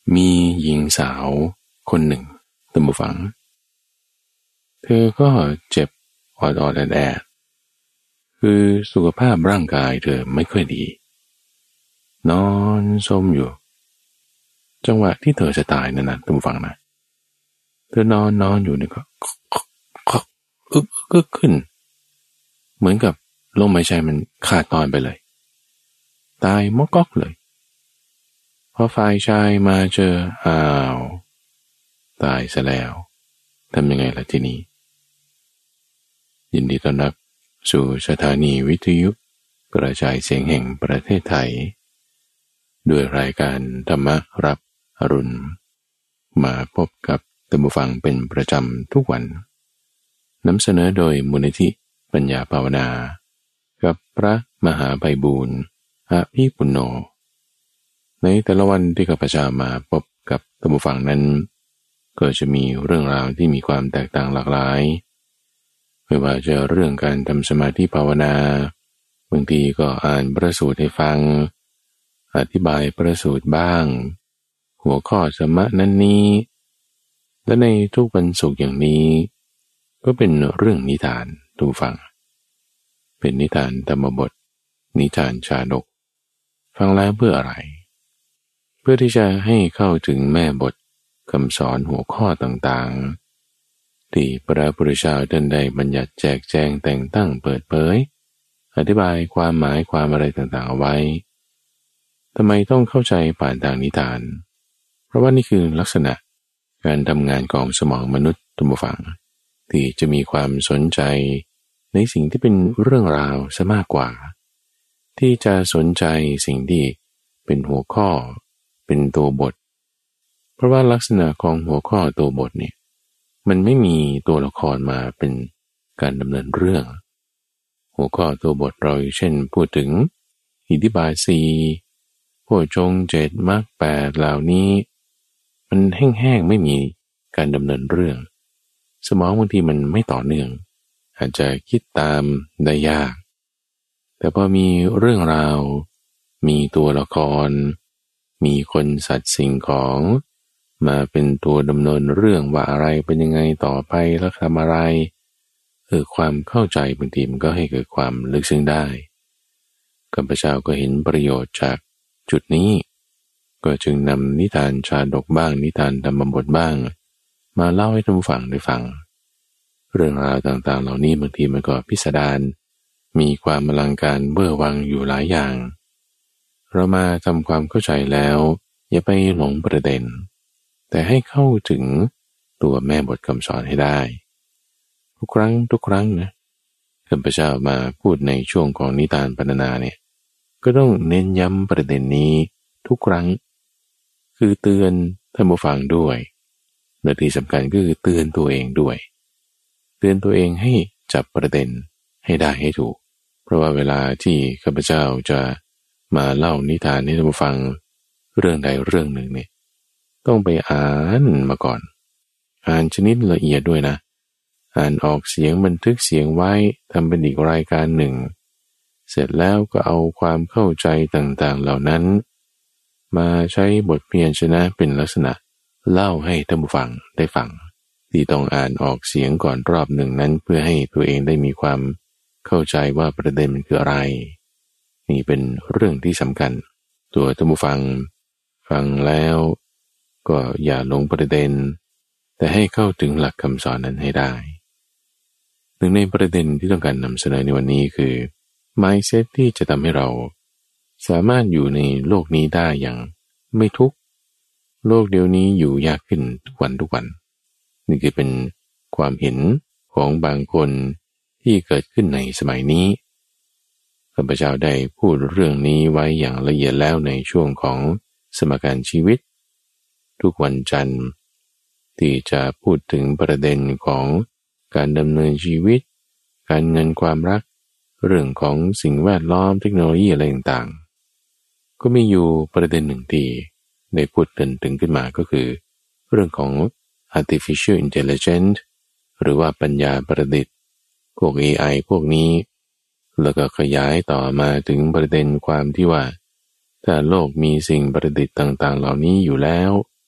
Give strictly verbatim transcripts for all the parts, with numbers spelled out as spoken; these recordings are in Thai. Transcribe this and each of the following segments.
มีหญิงสาวคนหนึ่งท่านผู้ฟังเธอก็เจ็บออดออดแอดแอดคือสุขภาพร่างกายเธอไม่ค่อยดีนอนซมอยู่จังหวะที่เธอจะตายนั่นนะท่านผู้ฟังนะเธอนอนนอนอยู่นี่ก็อึกอึกขึ้นเหมือนกับลมหายใจมันขาดตอนไปเลยตายมอกอกเลยพอฝ่ายชายมาเจออ้าวตายซะแล้วทำยังไงล่ะทีนี้ยินดีต้อนรับสู่สถานีวิทยุกระจายเสียงแห่งประเทศไทยด้วยรายการธรรมรับอรุณมาพบกับท่านผู้ฟังเป็นประจำทุกวันนำเสนอโดยมูลนิธิปัญญาภาวนากับพระมหาไพบูลย์อภิปุณโญในแต่ละวันที่ข้าพเจ้ามาพบกับท่านผู้ฟังนั้นก็จะมีเรื่องราวที่มีความแตกต่างหลากหลายไม่ว่าจะเรื่องการทำสมาธิภาวนาบางทีก็อ่านพระสูตรให้ฟังอธิบายพระสูตรบ้างหัวข้อสมะนั้นนี้และในทุกวันศุกร์อย่างนี้ก็เป็นเรื่องนิทานท่านผู้ฟังเป็นนิทานธรรมบทนิทานชาดกฟังแล้วเพื่ออะไรเพื่อที่จะให้เข้าถึงแม่บทคำสอนหัวข้อต่างๆที่พระพุทธเจ้าท่านได้บัญญัติแจกแจงแต่งตั้งเปิดเผยอธิบายความหมายความอะไรต่างๆเอาไว้ทำไมต้องเข้าใจผ่านทางนิทานเพราะว่านี่คือลักษณะการทำงานของสมองมนุษย์ท่านผู้ฟังที่จะมีความสนใจในสิ่งที่เป็นเรื่องราวซะมากกว่าที่จะสนใจสิ่งที่เป็นหัวข้อเป็นตัวบทเพราะว่าลักษณะของหัวข้อตัวบทเนี่ยมันไม่มีตัวละครมาเป็นการดำเนินเรื่องหัวข้อตัวบทเราเช่นพูดถึงอิทธิบาทสี่โพชฌงค์เจ็ดมรรคแปดเหล่านี้มันแห้งๆไม่มีการดำเนินเรื่องสมองบางทีมันไม่ต่อเนื่องอาจจะคิดตามได้ยากแต่พอมีเรื่องราวมีตัวละครมีคนสัตว์สิ่งของมาเป็นตัวดำเนินเรื่องว่าอะไรเป็นยังไงต่อไปแล้วทำอะไรเออความเข้าใจบางทีมันก็ให้เกิดความลึกซึ้งได้ข้าพเจ้าก็เห็นประโยชน์จากจุดนี้ก็จึงนำนิทานชาดกบ้างนิทานธรรมบทบ้างมาเล่าให้ท่านผู้ฟังได้ฟังเรื่องราวต่างๆเหล่านี้บางทีมันก็พิสดารมีความอลังการเบ้อวังอยู่หลายอย่างเรามาทำความเข้าใจแล้วอย่าไปหลงประเด็นแต่ให้เข้าถึงตัวแม่บทคำสอนให้ได้ทุกครั้งทุกครั้งนะข้าพเจ้ามาพูดในช่วงของนิทานปรรณนาเนี่ยก็ต้องเน้นย้ำประเด็นนี้ทุกครั้งคือเตือนท่านผู้ฟังด้วยและที่สำคัญก็คือเตือนตัวเองด้วยเตือนตัวเองให้จับประเด็นให้ได้ให้ถูกเพราะว่าเวลาที่ข้าพเจ้าจะมาเล่านิทานให้ท่านผู้ฟังเรื่องใดเรื่องหนึ่งเนี่ยต้องไปอ่านมาก่อนอ่านชนิดละเอียดด้วยนะอ่านออกเสียงบันทึกเสียงไว้ทำเป็นอีกรายการหนึ่งเสร็จแล้วก็เอาความเข้าใจต่างๆเหล่านั้นมาใช้บทเพียรชนะเป็นลักษณะเล่าให้ท่านผู้ฟังได้ฟังที่ต้องอ่านออกเสียงก่อนรอบหนึ่งนั้นเพื่อให้ตัวเองได้มีความเข้าใจว่าประเด็นมันคืออะไรนี่เป็นเรื่องที่สำคัญตัวท่านผู้ฟังฟังแล้วก็อย่าหลงประเด็นแต่ให้เข้าถึงหลักคำสอนนั้นให้ได้หนึ่งในประเด็นที่ต้องการนำเสนอในวันนี้คือ mindset ที่จะทำให้เราสามารถอยู่ในโลกนี้ได้อย่างไม่ทุกข์โลกเดี๋ยวนี้อยู่ยากขึ้นทุกวันทุกวันนี่คือเป็นความเห็นของบางคนที่เกิดขึ้นในสมัยนี้ข้าพเจ้าได้พูดเรื่องนี้ไว้อย่างละเอียดแล้วในช่วงของสมการชีวิตทุกวันจันทร์ที่จะพูดถึงประเด็นของการดำเนินชีวิตการเงินความรักเรื่องของสิ่งแวดล้อมเทคโนโลยีอะไรต่างๆก็มีอยู่ประเด็นหนึ่งที่ได้พูดกันถึงขึ้นมาก็คือเรื่องของ artificial intelligence หรือว่าปัญญาประดิษฐ์พวก เอ ไอ พวกนี้แล้วก็ขยายต่อมาถึงประเด็นความที่ว่าถ้าโลกมีสิ่งประดิษฐ์ต่างๆเหล่านี้อยู่แล้ว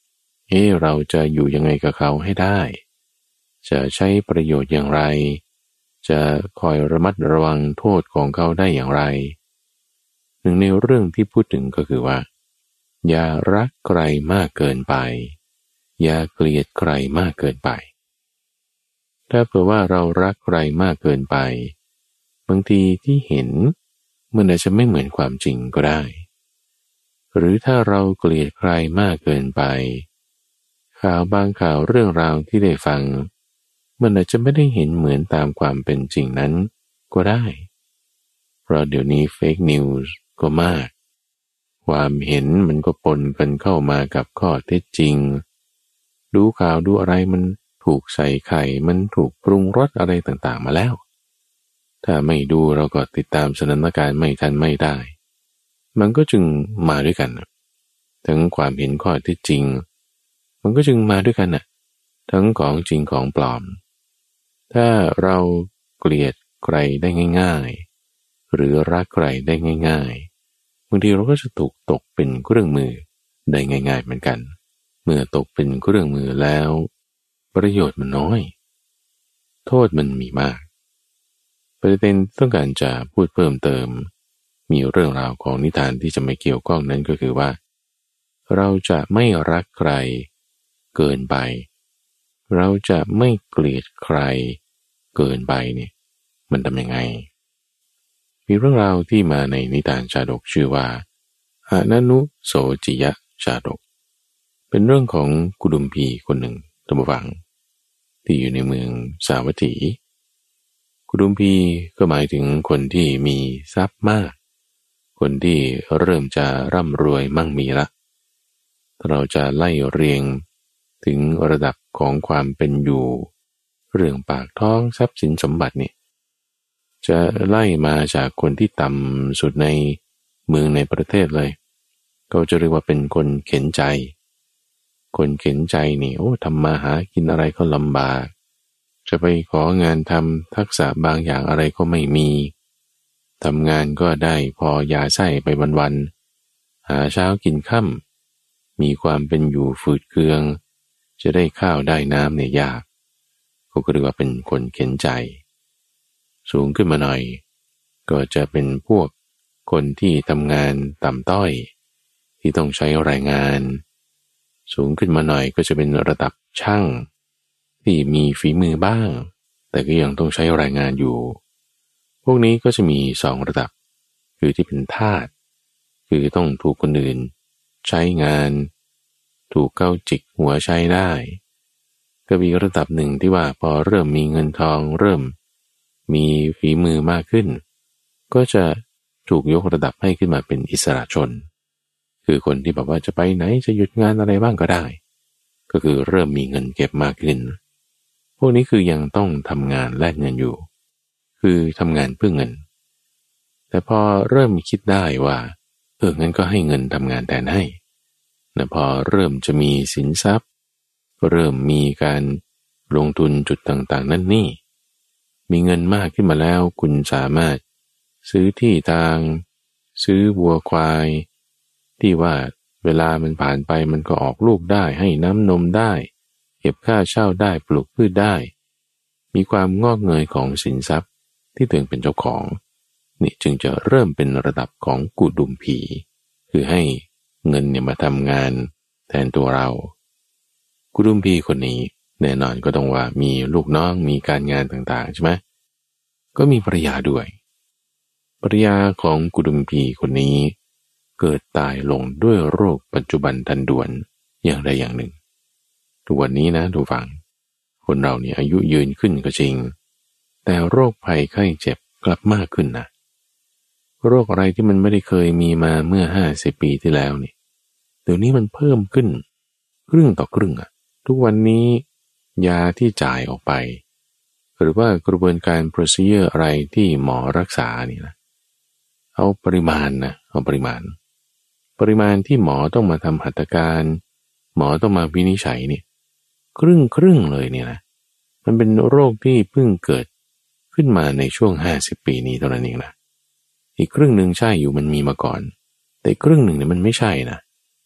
เอ๊ะเราจะอยู่ยังไงกับเขาให้ได้จะใช้ประโยชน์อย่างไรจะคอยระมัดระวังโทษของเขาได้อย่างไรหนึ่งในเรื่องที่พูดถึงก็คือว่าอย่ารักใครมากเกินไปอย่าเกลียดใครมากเกินไปถ้าเผื่อว่าเรารักใครมากเกินไปบางทีที่เห็นมันอาจจะไม่เหมือนความจริงก็ได้หรือถ้าเราเกลียดใครมากเกินไปข่าวบางข่าวเรื่องราวที่ได้ฟังมันอาจจะไม่ได้เห็นเหมือนตามความเป็นจริงนั้นก็ได้เพราะเดี๋ยวนี้เฟกนิวส์ก็มากความเห็นมันก็ปนกันเข้ามากับข้อเท็จจริงดูข่าวดูอะไรมันถูกใส่ไข่มันถูกปรุงรสอะไรต่างๆมาแล้วถ้าไม่ดูเราก็ติดตามสถานการณ์ไม่ทันไม่ได้มันก็จึงมาด้วยกันทั้งความเห็นข้อเท็จจริงมันก็จึงมาด้วยกันน่ะทั้งของจริงของปลอมถ้าเราเกลียดใครได้ง่ายๆหรือรักใครได้ง่ายๆบางทีเราก็จะถูกตกเป็นเครื่องมือได้ง่ายๆเหมือนกันเมื่อตกเป็นเครื่องมือแล้วประโยชน์มันน้อยโทษมันมีมากประเด็นต้องการจะพูดเพิ่มเติมมีเรื่องราวของนิทานที่จะไม่เกี่ยวข้องนั้นก็คือว่าเราจะไม่รักใครเกินไปเราจะไม่เกลียดใครเกินไปเนี่ยมันทำยังไงมีเรื่องราวที่มาในนิทานชาดกชื่อว่าอานานุโสจิยชาดกเป็นเรื่องของกุดุมพีคนหนึ่งท่านผู้ฟังที่อยู่ในเมืองสาวัตถีกุดุมพีก็หมายถึงคนที่มีทรัพย์มากคนที่เริ่มจะร่ำรวยมั่งมีละเราจะไล่เรียงถึงระดับของความเป็นอยู่เรื่องปากท้องทรัพย์สินสมบัตินี่จะไล่มาจากคนที่ต่ำสุดในเมืองในประเทศเลยเขาจะเรียกว่าเป็นคนเข็นใจคนเข็นใจนี่โอ้ทำมาหากินอะไรก็ลำบากจะไปของานทำทักษะบางอย่างอะไรก็ไม่มีทำงานก็ได้พอยาไส้ไปวันๆหาเช้ากินค่ำมีความเป็นอยู่ฝืดเคืองจะได้ข้าวได้น้ำเนี่ยยากเขาก็เรียกว่าเป็นคนเข็นใจสูงขึ้นมาหน่อยก็จะเป็นพวกคนที่ทำงานต่ำต้อยที่ต้องใช้แรงงานสูงขึ้นมาหน่อยก็จะเป็นระดับช่างที่มีฝีมือบ้างแต่ก็ยังต้องใช้แรงงานอยู่พวกนี้ก็จะมีสองระดับคือที่เป็นทาสคือต้องถูกคนอื่นใช้งานถูกเก้าจิกหัวใช้ได้ก็มีระดับหนึ่งที่ว่าพอเริ่มมีเงินทองเริ่มมีฝีมือมากขึ้นก็จะถูกยกระดับให้ขึ้นมาเป็นอิสระชนคือคนที่แบบว่าจะไปไหนจะหยุดงานอะไรบ้างก็ได้ก็คือเริ่มมีเงินเก็บมากขึ้นพวกนี้คือยังต้องทำงานแลกเงินอยู่คือทำงานเพื่อเงินแต่พอเริ่มคิดได้ว่าเอองั้นก็ให้เงินทำงานแทนให้นะพอเริ่มจะมีสินทรัพย์เริ่มมีการลงทุนจุดต่างๆนั่นนี่มีเงินมากขึ้นมาแล้วคุณสามารถซื้อที่ทางซื้อวัวควายที่ว่าเวลามันผ่านไปมันก็ออกลูกได้ให้น้ำนมได้เก็บค่าเช่าได้ปลูกพืชได้มีความงอกเงยของสินทรัพย์ที่ตัวเองเป็นเจ้าของนี่จึงจะเริ่มเป็นระดับของกุดุมพีคือให้เงินเนี่ยมาทำงานแทนตัวเรากุดุมพีคนนี้แน่นอนก็ต้องว่ามีลูกน้องมีการงานต่างๆใช่ไหมก็มีภรรยาด้วยภรรยาของกุดุมพีคนนี้เกิดตายลงด้วยโรคปัจจุบันทันด่วนอย่างใดอย่างหนึ่งทุกวันนี้นะทุกฝั่งคนเราเนี่ยอายุยืนขึ้นก็จริงแต่โรคภัยไข้เจ็บกลับมากขึ้นนะโรคอะไรที่มันไม่ได้เคยมีมาเมื่อห้าสิบปีที่แล้วนี่เดี๋ยวนี้มันเพิ่มขึ้นครึ่งต่อครึ่งอ่ะทุกวันนี้ยาที่จ่ายออกไปหรือว่ากระบวนการ procedure อะไรที่หมอรักษานี่นะเอาปริมาณนะเอาปริมาณปริมาณที่หมอต้องมาทำหัตถการหมอต้องมาวินิจฉัยนี่ครึ่งครึ่งเลยเนี่ยนะมันเป็นโรคที่เพิ่งเกิดขึ้นมาในช่วงห้าสิบปีนี้เท่านั้นเองนะอีกครึ่งหนึ่งใช่อยู่มันมีมาก่อนแต่ครึ่งหนึ่งเนี่ยมันไม่ใช่นะ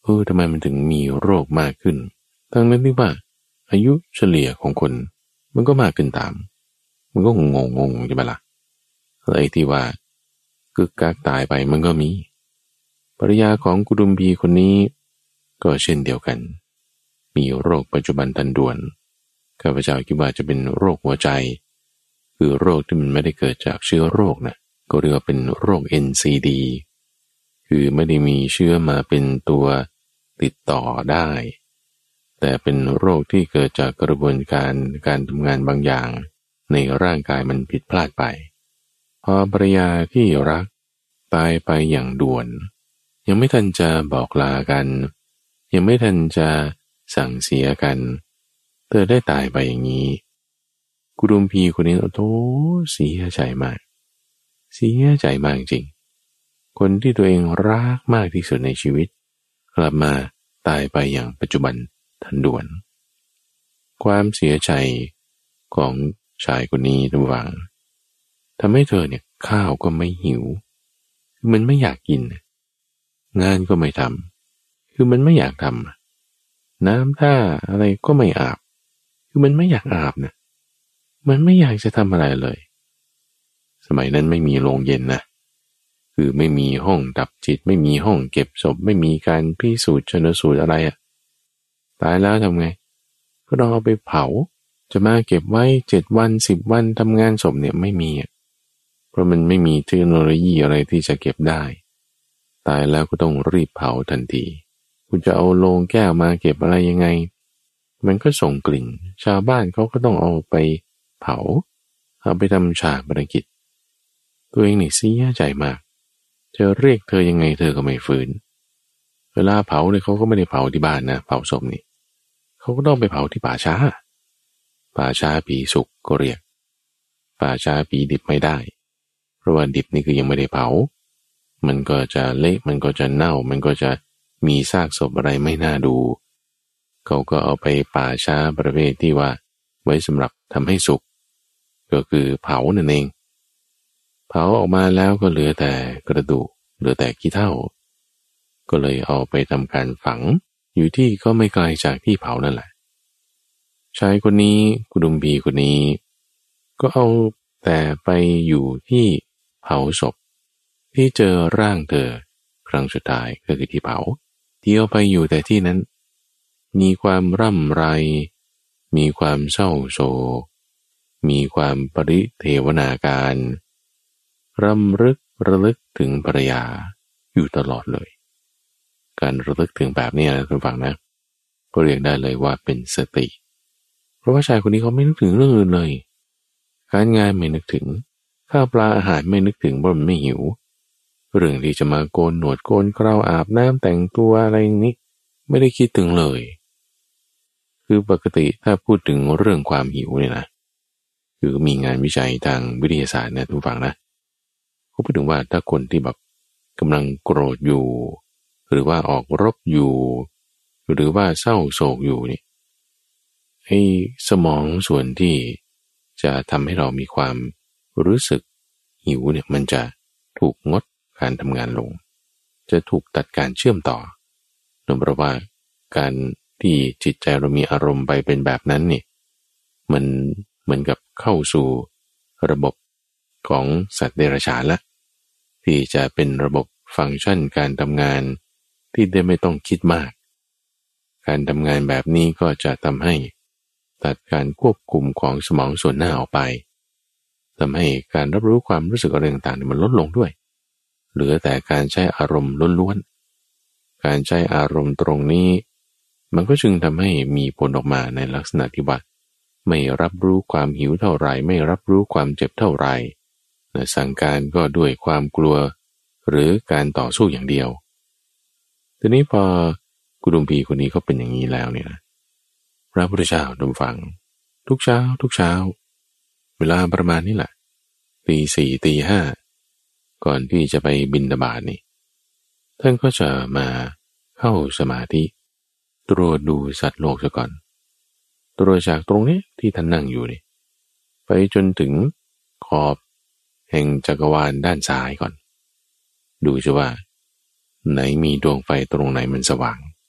เออทำไมมันถึงมีโรคมากขึ้นทั้งนั้นที่ว่าอายุเฉลี่ยของคนมันก็มากขึ้นตามมันก็งงงงใช่ไหมล่ะแล้วไอ้ที่ว่ากึกกักตายไปมันก็มีภรรยาของกุดุมพีคนนี้ก็เช่นเดียวกันมีโรคปัจจุบันทันด่วนข้าพเจ้าคิดว่าจะเป็นโรคหัวใจคือโรคที่มันไม่ได้เกิดจากเชื้อโรคนะก็เรียกว่าเป็นโรค เอ็น ซี ดี คือไม่ได้มีเชื้อมาเป็นตัวติดต่อได้แต่เป็นโรคที่เกิดจากกระบวนการการทำงานบางอย่างในร่างกายมันผิดพลาดไปพอภรรยาที่รักตายไปอย่างด่วนยังไม่ทันจะบอกลากันยังไม่ทันจะสั่งเสียกันเธอได้ตายไปอย่างนี้กุดุมพีคนนี้โอ้โธ่เสียใจมากเสียใจมากจริงคนที่ตัวเองรักมากที่สุดในชีวิตกลับมาตายไปอย่างปัจจุบันทันด่วนความเสียใจของชายคนนี้ระหว่างทำให้เธอเนี่ยข้าวก็ไม่หิวมันไม่อยากกินงานก็ไม่ทำคือมันไม่อยากทำน้ำท่าอะไรก็ไม่อาบคือมันไม่อยากอาบนะมันไม่อยากจะทำอะไรเลยสมัยนั้นไม่มีโรงเย็นนะคือไม่มีห้องดับจิตไม่มีห้องเก็บศพไม่มีการพิสูจน์ชันสูตรอะไรอะตายแล้วทำไงก็ต้องเอาไปเผาจะมาเก็บไว้เจ็ดวันสิบวันทำงานศพเนี่ยไม่มีอ่ะเพราะมันไม่มีเทคโนโลยีอะไรที่จะเก็บได้ตายแล้วก็ต้องรีบเผาทันทีคุณจะเอาโลงแก้วมาเก็บอะไรยังไงมันก็ส่งกลิ่นชาวบ้านเขาก็ต้องเอาไปเผาเอาไปทำฉากบรรณกิจตัวเองนี่เสียใจมากจะเรียกเธอยังไงเธอก็ไม่ฟื้นเวลาเผาเนี่ยเขาก็ไม่ได้เผาที่บ้านนะเผาศพนี่เขาก็ต้องไปเผาที่ป่าช้าป่าช้าผีสุกก็เรียกป่าช้าผีดิบไม่ได้เพราะว่าดิบนี่คือยังไม่ได้เผามันก็จะเละมันก็จะเน่ามันก็จะมีซากศพอะไรไม่น่าดูเขาก็เอาไปป่าช้าประเภทที่ว่าไว้สำหรับทำให้สุกก็คือเผานั่นเองเผาออกมาแล้วก็เหลือแต่กระดูกเหลือแต่ขี้เถ้าก็เลยเอาไปทำการฝังอยู่ที่ก็ไม่ไกลจากที่เผานั่นแหละชายคนนี้กุดุมพีคนนี้ก็เอาแต่ไปอยู่ที่เผาศพที่เจอร่างเธอครั้งสุดท้ายก็คือที่เผาเที่ยวไปอยู่แต่ที่นั้นมีความร่ำไรมีความเศร้าโศกมีความปริเทวนาการรำลึกระลึกถึงภรรยาอยู่ตลอดเลยการระลึกถึงแบบนี้นะท่านฟังนะก็เรียกได้เลยว่าเป็นสติเพราะว่าชายคนนี้เขาไม่นึกถึงเรื่องอื่นเลยการงานไม่นึกถึงข้าวปลาอาหารไม่นึกถึงเพราะมันไม่หิวเรื่องที่จะมาโกนหนวดโกนเคราอาบน้ำแต่งตัวอะไรนี้ไม่ได้คิดถึงเลยคือปกติถ้าพูดถึงเรื่องความหิวเนี่ยนะคือมีงานวิจัยทางวิทยาศาสตร์นะทุกฝั่งนะเขาพูดถึงว่าถ้าคนที่แบบกำลังโกรธอยู่หรือว่าออกรบอยู่หรือว่าเศร้าโศกอยู่นี่ไอ้สมองส่วนที่จะทำให้เรามีความรู้สึกหิวเนี่ยมันจะถูกงดการทำงานลงจะถูกตัดการเชื่อมต่อเนื่องจากว่าการที่จิตใจเรามีอารมณ์ไปเป็นแบบนั้นนี่มันเหมือนกับเข้าสู่ระบบของสัตว์เดรัจฉานละที่จะเป็นระบบฟังก์ชันการทำงานที่ได้ไม่ต้องคิดมากการทำงานแบบนี้ก็จะทำให้ตัดการควบคุมของสมองส่วนหน้าออกไปทำให้การรับรู้ความรู้สึกอะไรต่างๆมันลดลงด้วยเหลือแต่การใช้อารมณ์ล้วนๆการใช้อารมณ์ตรงนี้มันก็จึงทำให้มีผลออกมาในลักษณะที่ว่าไม่รับรู้ความหิวเท่าไรไม่รับรู้ความเจ็บเท่าไรสั่งการก็ด้วยความกลัวหรือการต่อสู้อย่างเดียวทีนี้พอกุดุมพีคนนี้เขาเป็นอย่างนี้แล้วเนี่ยนะพระพุทธเจ้าดำฟังทุกเช้าทุกเช้าเวลาประมาณนี้แหละตีสี่ตีห้าก่อนที่จะไปบิณฑบาตนี่ท่านก็จะมาเข้าสมาธิตรวจดูสัตว์โลกซะก่อนตรวจจากตรงนี้ที่ท่านนั่งอยู่นี่ไปจนถึงขอบแห่งจักรวาลด้านซ้ายก่อนดูจะว่าไหนมีดวงไฟตรงไหนมันสว่าง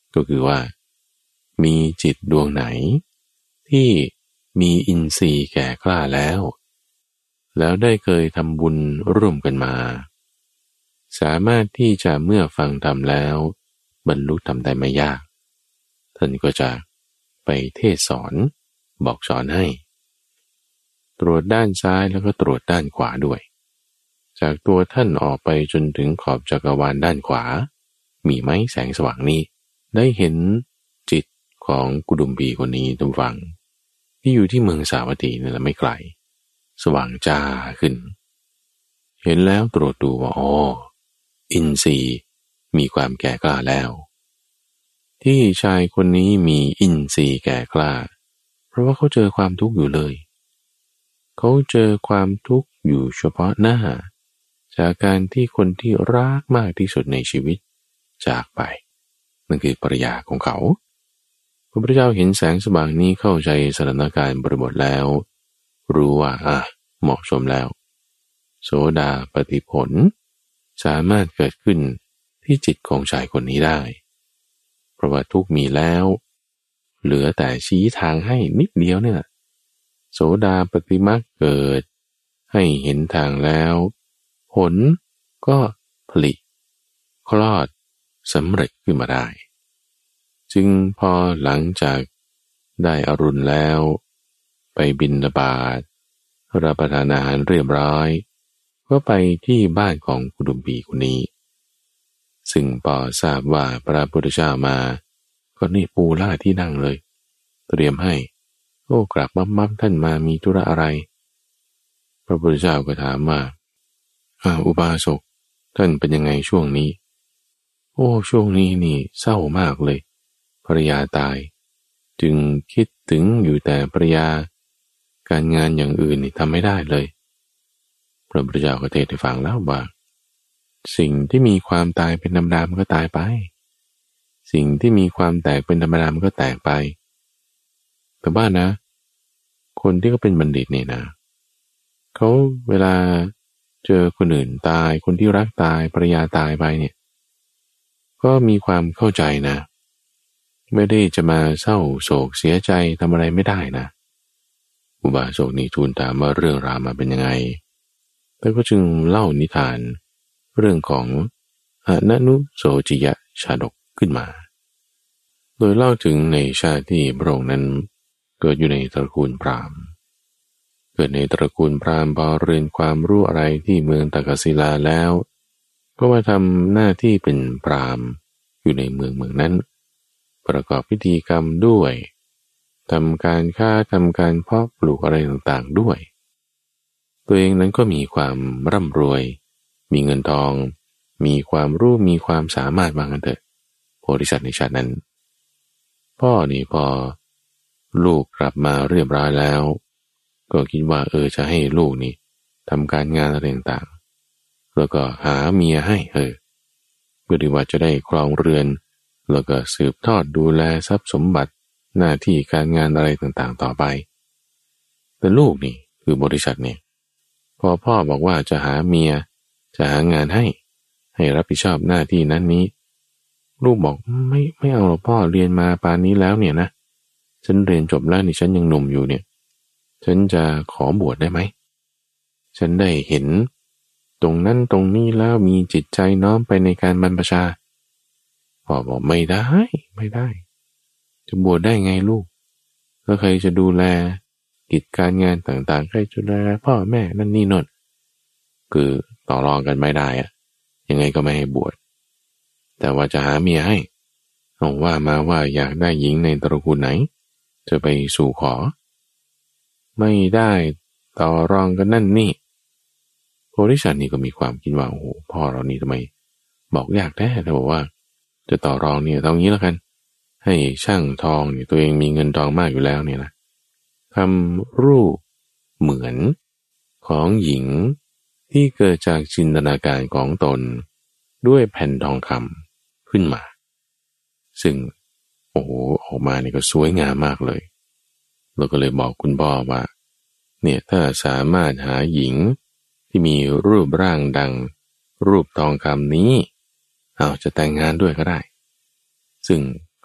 ก็คือว่ามีจิตดวงไหนที่มีอินทรีย์แก่กล้าแล้วแล้วได้เคยทำบุญร่วมกันมาสามารถที่จะเมื่อฟังธรรมแล้วบรรลุธรรมได้ไม่ยากท่านก็จะไปเทศสอนบอกสอนให้ตรวจด้านซ้ายแล้วก็ตรวจด้านขวาด้วยจากตัวท่านออกไปจนถึงขอบจักรวาลด้านขวามีไหมแสงสว่างนี้ได้เห็นจิตของกุดุมพีคนนี้ทุกฝังที่อยู่ที่เมืองสาวัตถีนี่แหละไม่ไกลสว่างจ้าขึ้นเห็นแล้วตรวจดูว่าอ๋ออินทรีย์มีความแก่กล้าแล้วที่ชายคนนี้มีอินทรีย์แก่กล้าเพราะว่าเขาเจอความทุกข์อยู่เลยเขาเจอความทุกข์อยู่เฉพาะหน้าจากการที่คนที่รักมากที่สุดในชีวิตจากไปนั่นคือปริยาของเขาพระพุทธเจ้าเห็นแสงสว่างนี้เข้าใจสถานการณ์บริบทแล้วรู้ว่าอ่ะเหมาะสมแล้วโสดาปัตติผลสามารถเกิดขึ้นที่จิตของชายคนนี้ได้เพราะว่าทุกมีแล้วเหลือแต่ชี้ทางให้นิดเดียวเนี่ยโสดาปัตติมรรคเกิดให้เห็นทางแล้วผลก็ผลิคลอดสำเร็จขึ้นมาได้จึงพอหลังจากได้อรุณแล้วไปบิณฑบาตรับประทานอาหารเรียบร้อยก็ไปที่บ้านของกุดุมพีคนนี้ซึ่งพอทราบว่าพระพุทธเจ้ามาก็นี่ปูล่าที่นั่งเลยเตรียมให้โอ้กราบมับมับท่านมามีธุระอะไรพระพุทธเจ้าก็ถามว่าอ้าวอุบาสกท่านเป็นยังไงช่วงนี้โอ้ช่วงนี้นี่เศร้ามากเลยภรรยาตายจึงคิดถึงอยู่แต่ภรรยาการงานอย่างอื่นนี่ทำไม่ได้เลยพระพุทธเจ้าก็เทศให้ฟังแล้วว่าสิ่งที่มีความตายเป็นธรรมดามันก็ตายไปสิ่งที่มีความแตกเป็นธรรมดามันก็แตกไปแต่ว่านะคนที่เขาเป็นบัณฑิตเนี่ยนะเขาเวลาเจอคนอื่นตายคนที่รักตายภรรยาตายไปเนี่ยก็มีความเข้าใจนะไม่ได้จะมาเศร้าโศกเสียใจทำอะไรไม่ได้นะอุบาสกนี่ทูลถามว่าเรื่องราวมาเป็นยังไงแล้วก็จึงเล่านิทานเรื่องของอนันุโสจิยชาดกขึ้นมาโดยเล่าถึงในชาติที่พระองค์นั้นเกิดอยู่ในตระกูลพราหมณ์เกิดในตระกูลพราหมณ์พอเรียนความรู้อะไรที่เมืองตากศิลาแล้วก็มาทำหน้าที่เป็นพราหมณ์อยู่ในเมืองเมืองนั้นประกอบพิธีกรรมด้วยทำการค้าทำการเพาะปลูกอะไรต่างๆด้วยตัวเองนั้นก็มีความร่ำรวยมีเงินทองมีความรู้มีความสามารถบางอันเถอะโพธิสัตว์ในชาตินั้นพ่อนี่พอลูกกลับมาเรียบร้อยแล้วก็คิดว่าเออจะให้ลูกนี่ทำการงานอะไรต่างๆแล้วก็หาเมียให้เออเพื่อที่ว่าจะได้ครองเรือนแล้วก็สืบทอดดูแลทรัพย์สมบัติหน้าที่การงานอะไรต่างๆต่อไปแต่ลูกนี่คือบริษัทเนี่ยพอพ่อบอกว่าจะหาเมียจะหางานให้ให้รับผิดชอบหน้าที่นั้นนี้ลูกบอกไม่ไม่เอาหรอกพ่อเรียนมาปานนี้แล้วเนี่ยนะฉันเรียนจบแล้วนี่ฉันยังหนุ่มอยู่เนี่ยฉันจะขอบวชได้ไหมฉันได้เห็นตรงนั้นตรงนี้แล้วมีจิตใจน้อมไปในการบรรพชาพ่อบอกไม่ได้ไม่ได้จะบวชได้ไงลูกแล้วใครจะดูแลกิจการงานต่างๆใครจะดูแลพ่อแม่นั่นนี่โน่นคือต่อรองกันไม่ได้อะยังไงก็ไม่ให้บวชแต่ว่าจะหาเมียให้เอาว่ามาว่าอยากได้หญิงในตระกูลไหนจะไปสู่ขอไม่ได้ต่อรองกันนั่นนี่โพธิสัตว์นี่ก็มีความคิดว่าโอ้โหพ่อเรานี่ทำไมบอกยากแท้แต่บอกว่าจะต่อรองเนี่ยตรงนี้แล้วกันให้ช่างทองเนี่ยตัวเองมีเงินทองมากอยู่แล้วเนี่ยนะทำรูปเหมือนของหญิงที่เกิดจากจินตนาการของตนด้วยแผ่นทองคำขึ้นมาซึ่งโอ้โหออกมานี่ก็สวยงามมากเลยเราก็เลยบอกคุณพ่อว่าเนี่ยถ้าสามารถหาหญิงที่มีรูปร่างดังรูปทองคำนี้เอาจะแต่งงานด้วยก็ได้ซึ่ง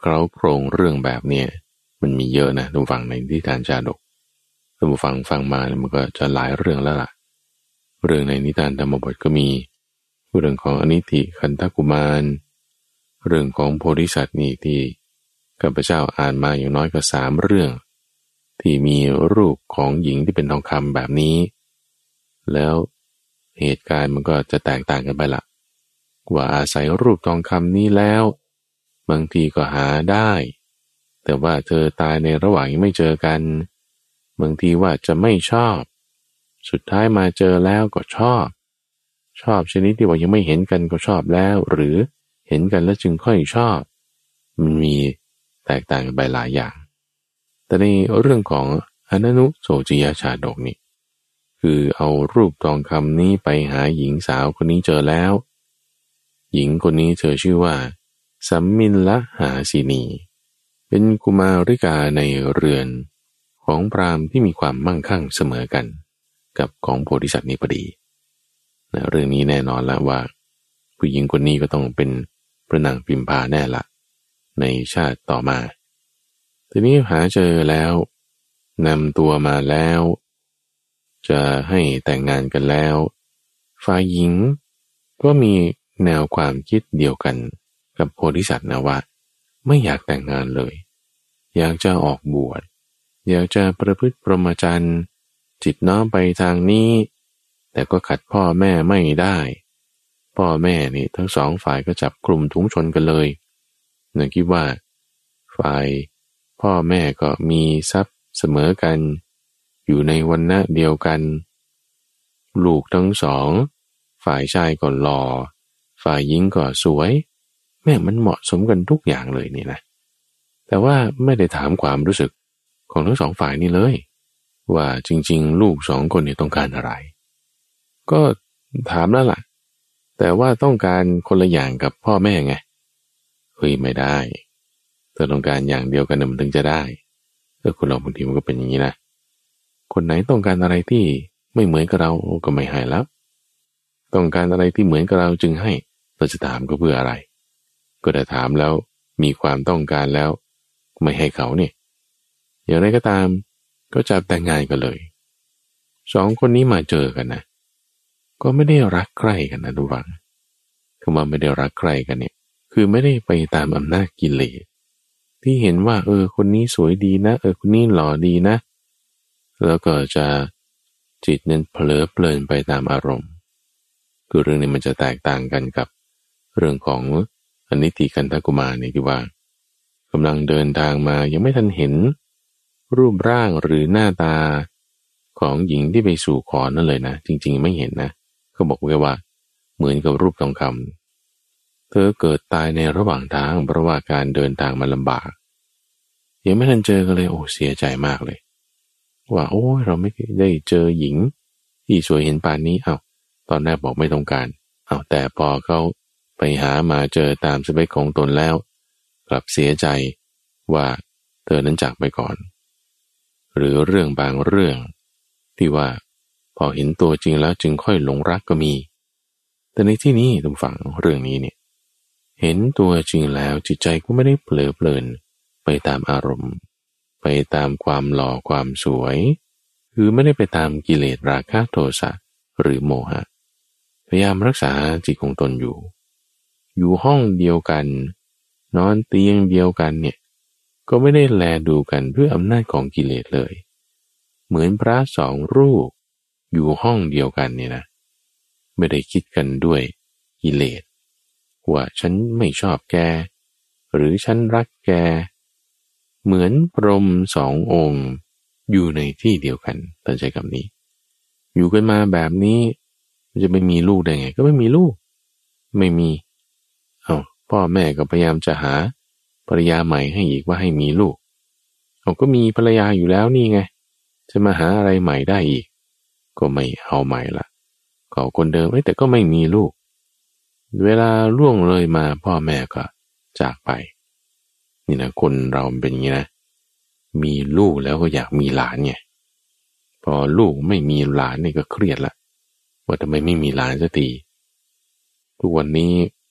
เคล้าโครงเรื่องแบบเนี้ยมันมีเยอะนะทุกฝั่งในนิทานชาดกทุกฝั่งฟังมามันก็จะหลายเรื่องแล้วล่ะเรื่องในนิทานธรรมบทก็มีเรื่องของอนิธิคันธกุมารเรื่องของโพธิสัตว์นี่ที่ข้าพเจ้าอ่านมาอย่างน้อยก็สามเรื่องที่มีรูปของหญิงที่เป็นทองคำแบบนี้แล้วเหตุการณ์มันก็จะแตกต่างกันไปละว่าอาศัยรูปทองคำนี้แล้วบางทีก็หาได้แต่ว่าเธอตายในระหว่างยังไม่เจอกันบางทีว่าจะไม่ชอบสุดท้ายมาเจอแล้วก็ชอบชอบชนิดที่ว่ายังไม่เห็นกันก็ชอบแล้วหรือเห็นกันแล้วจึงค่อยชอบมันมีแตกต่างกันไปหลายอย่างแต่ในเรื่องของอนันุโสจิยชาดกนี่คือเอารูปทองคำนี้ไปหาหญิงสาวคนนี้เจอแล้วหญิงคนนี้เธอชื่อว่าสัมมินละหาสินีเป็นกุมาริกาในเรือนของพราหมณ์ที่มีความมั่งคั่งเสมอกันกับของโพธิสัตว์นี้พอดีนะเรื่องนี้แน่นอนแล้วว่าผู้หญิงคนนี้ก็ต้องเป็นพระนางพิมพาแน่ละในชาติต่อมาทีนี้หาเจอแล้วนำตัวมาแล้วจะให้แต่งงานกันแล้วฝ่ายหญิงก็มีแนวความคิดเดียวกันกับโพธิสัตว์นะว่าไม่อยากแต่งงานเลยอยากจะออกบวชอยากจะประพฤติพรหมจรรย์จิตน้อมไปทางนี้แต่ก็ขัดพ่อแม่ไม่ได้พ่อแม่นี่ทั้งสองฝ่ายก็จับกลุ่มถุงชนกันเลยนึกคิดว่าฝ่ายพ่อแม่ก็มีทรัพย์เสมอกันอยู่ในวรรณะเดียวกันลูกทั้งสองฝ่ายชายก็หล่อฝ่ายหญิงก็สวยแม่มันเหมาะสมกันทุกอย่างเลยนี่นะแต่ว่าไม่ได้ถามความรู้สึกของทั้งสองฝ่ายนี่เลยว่าจริงๆลูกสองคนนี่ต้องการอะไรก็ถามแล้วล่ะแต่ว่าต้องการคนละอย่างกับพ่อแม่ไงเฮ้ยไม่ได้เธอต้องการอย่างเดียวกันมันถึงจะได้เออคนเราบางทีมันก็เป็นอย่างนี้นะคนไหนต้องการอะไรที่ไม่เหมือนกับเราก็ไม่ให้แล้วต้องการอะไรที่เหมือนกับเราจึงให้เราจะถามก็เพื่ออะไรก็ได้ถามแล้วมีความต้องการแล้วไม่ให้เขาเนี่ยอย่างไรก็ตามก็จะแต่งงานกันเลยสองคนนี้มาเจอกันนะก็ไม่ได้รักใคร่กันนะทุกฝังคือมาไม่ได้รักใคร่กันเนี่ยคือไม่ได้ไปตามอำนาจกิเลสที่เห็นว่าเออคนนี้สวยดีนะเออคนนี้หล่อดีนะแล้วก็จะจิตนั้นเผลอเพลินไปตามอารมณ์คือเรื่องนี้มันจะแตกต่างกันกับเรื่องของอนิธิคันธกุมารนี่ที่ว่ากำลังเดินทางมายังไม่ทันเห็นรูปร่างหรือหน้าตาของหญิงที่ไปสู่ขอนั่นเลยนะจริงๆไม่เห็นนะเขาบอกไว้ว่าเหมือนกับรูปทองคำเธอเกิดตายในระหว่างทางเพราะว่าการเดินทางมันลำบากยังไม่ทันเจอกันเลยโอ้เสียใจมากเลยว่าโอ้ยเราไม่ได้เจอหญิงที่สวยเห็นป่านนี้อ้าวตอนแรกบอกไม่ต้องการอ้าวแต่พอเขาไปหามาเจอตามสเปคของตนแล้วกลับเสียใจว่าเธอนั้นจากไปก่อนหรือเรื่องบางเรื่องที่ว่าพอเห็นตัวจริงแล้วจึงค่อยหลงรักก็มีแต่ในที่นี้ทุกฝั่งเรื่องนี้เนี่ยเห็นตัวจริงแล้วจิตใจก็ไม่ได้เผลอเพลินไปตามอารมณ์ไปตามความหล่อความสวยคือไม่ได้ไปตามกิเลสราคะโทสะหรือโมหะพยายามรักษาจิตของตนอยู่อยู่ห้องเดียวกันนอนเตียงเดียวกันเนี่ยก็ไม่ได้แลดูกันด้วยอำนาจของกิเลสเลยเหมือนพระสองรูปอยู่ห้องเดียวกันเนี่ยนะไม่ได้คิดกันด้วยกิเลสว่าฉันไม่ชอบแกหรือฉันรักแกเหมือนพรหมสององค์อยู่ในที่เดียวกันตั้งใจคำนี้อยู่กันมาแบบนี้จะไม่มีลูกได้ไงก็ไม่มีลูกไม่มีเอาพ่อแม่ก็พยายามจะหาภรรยาใหม่ให้อีกว่าให้มีลูกเอาก็มีภรรยาอยู่แล้วนี่ไงจะมาหาอะไรใหม่ได้อีกก็ไม่เอาใหม่ละเขาคนเดิมเอ้ยแต่ก็ไม่มีลูกเวลาล่วงเลยมาพ่อแม่ก็จากไปนี่นะคนเราเป็นอย่างนี้นะมีลูกแล้วก็อยากมีหลานไงพอลูกไม่มีหลานนี่ก็เครียดละว่าทำไมไม่มีหลานสักทีทุกวันนี้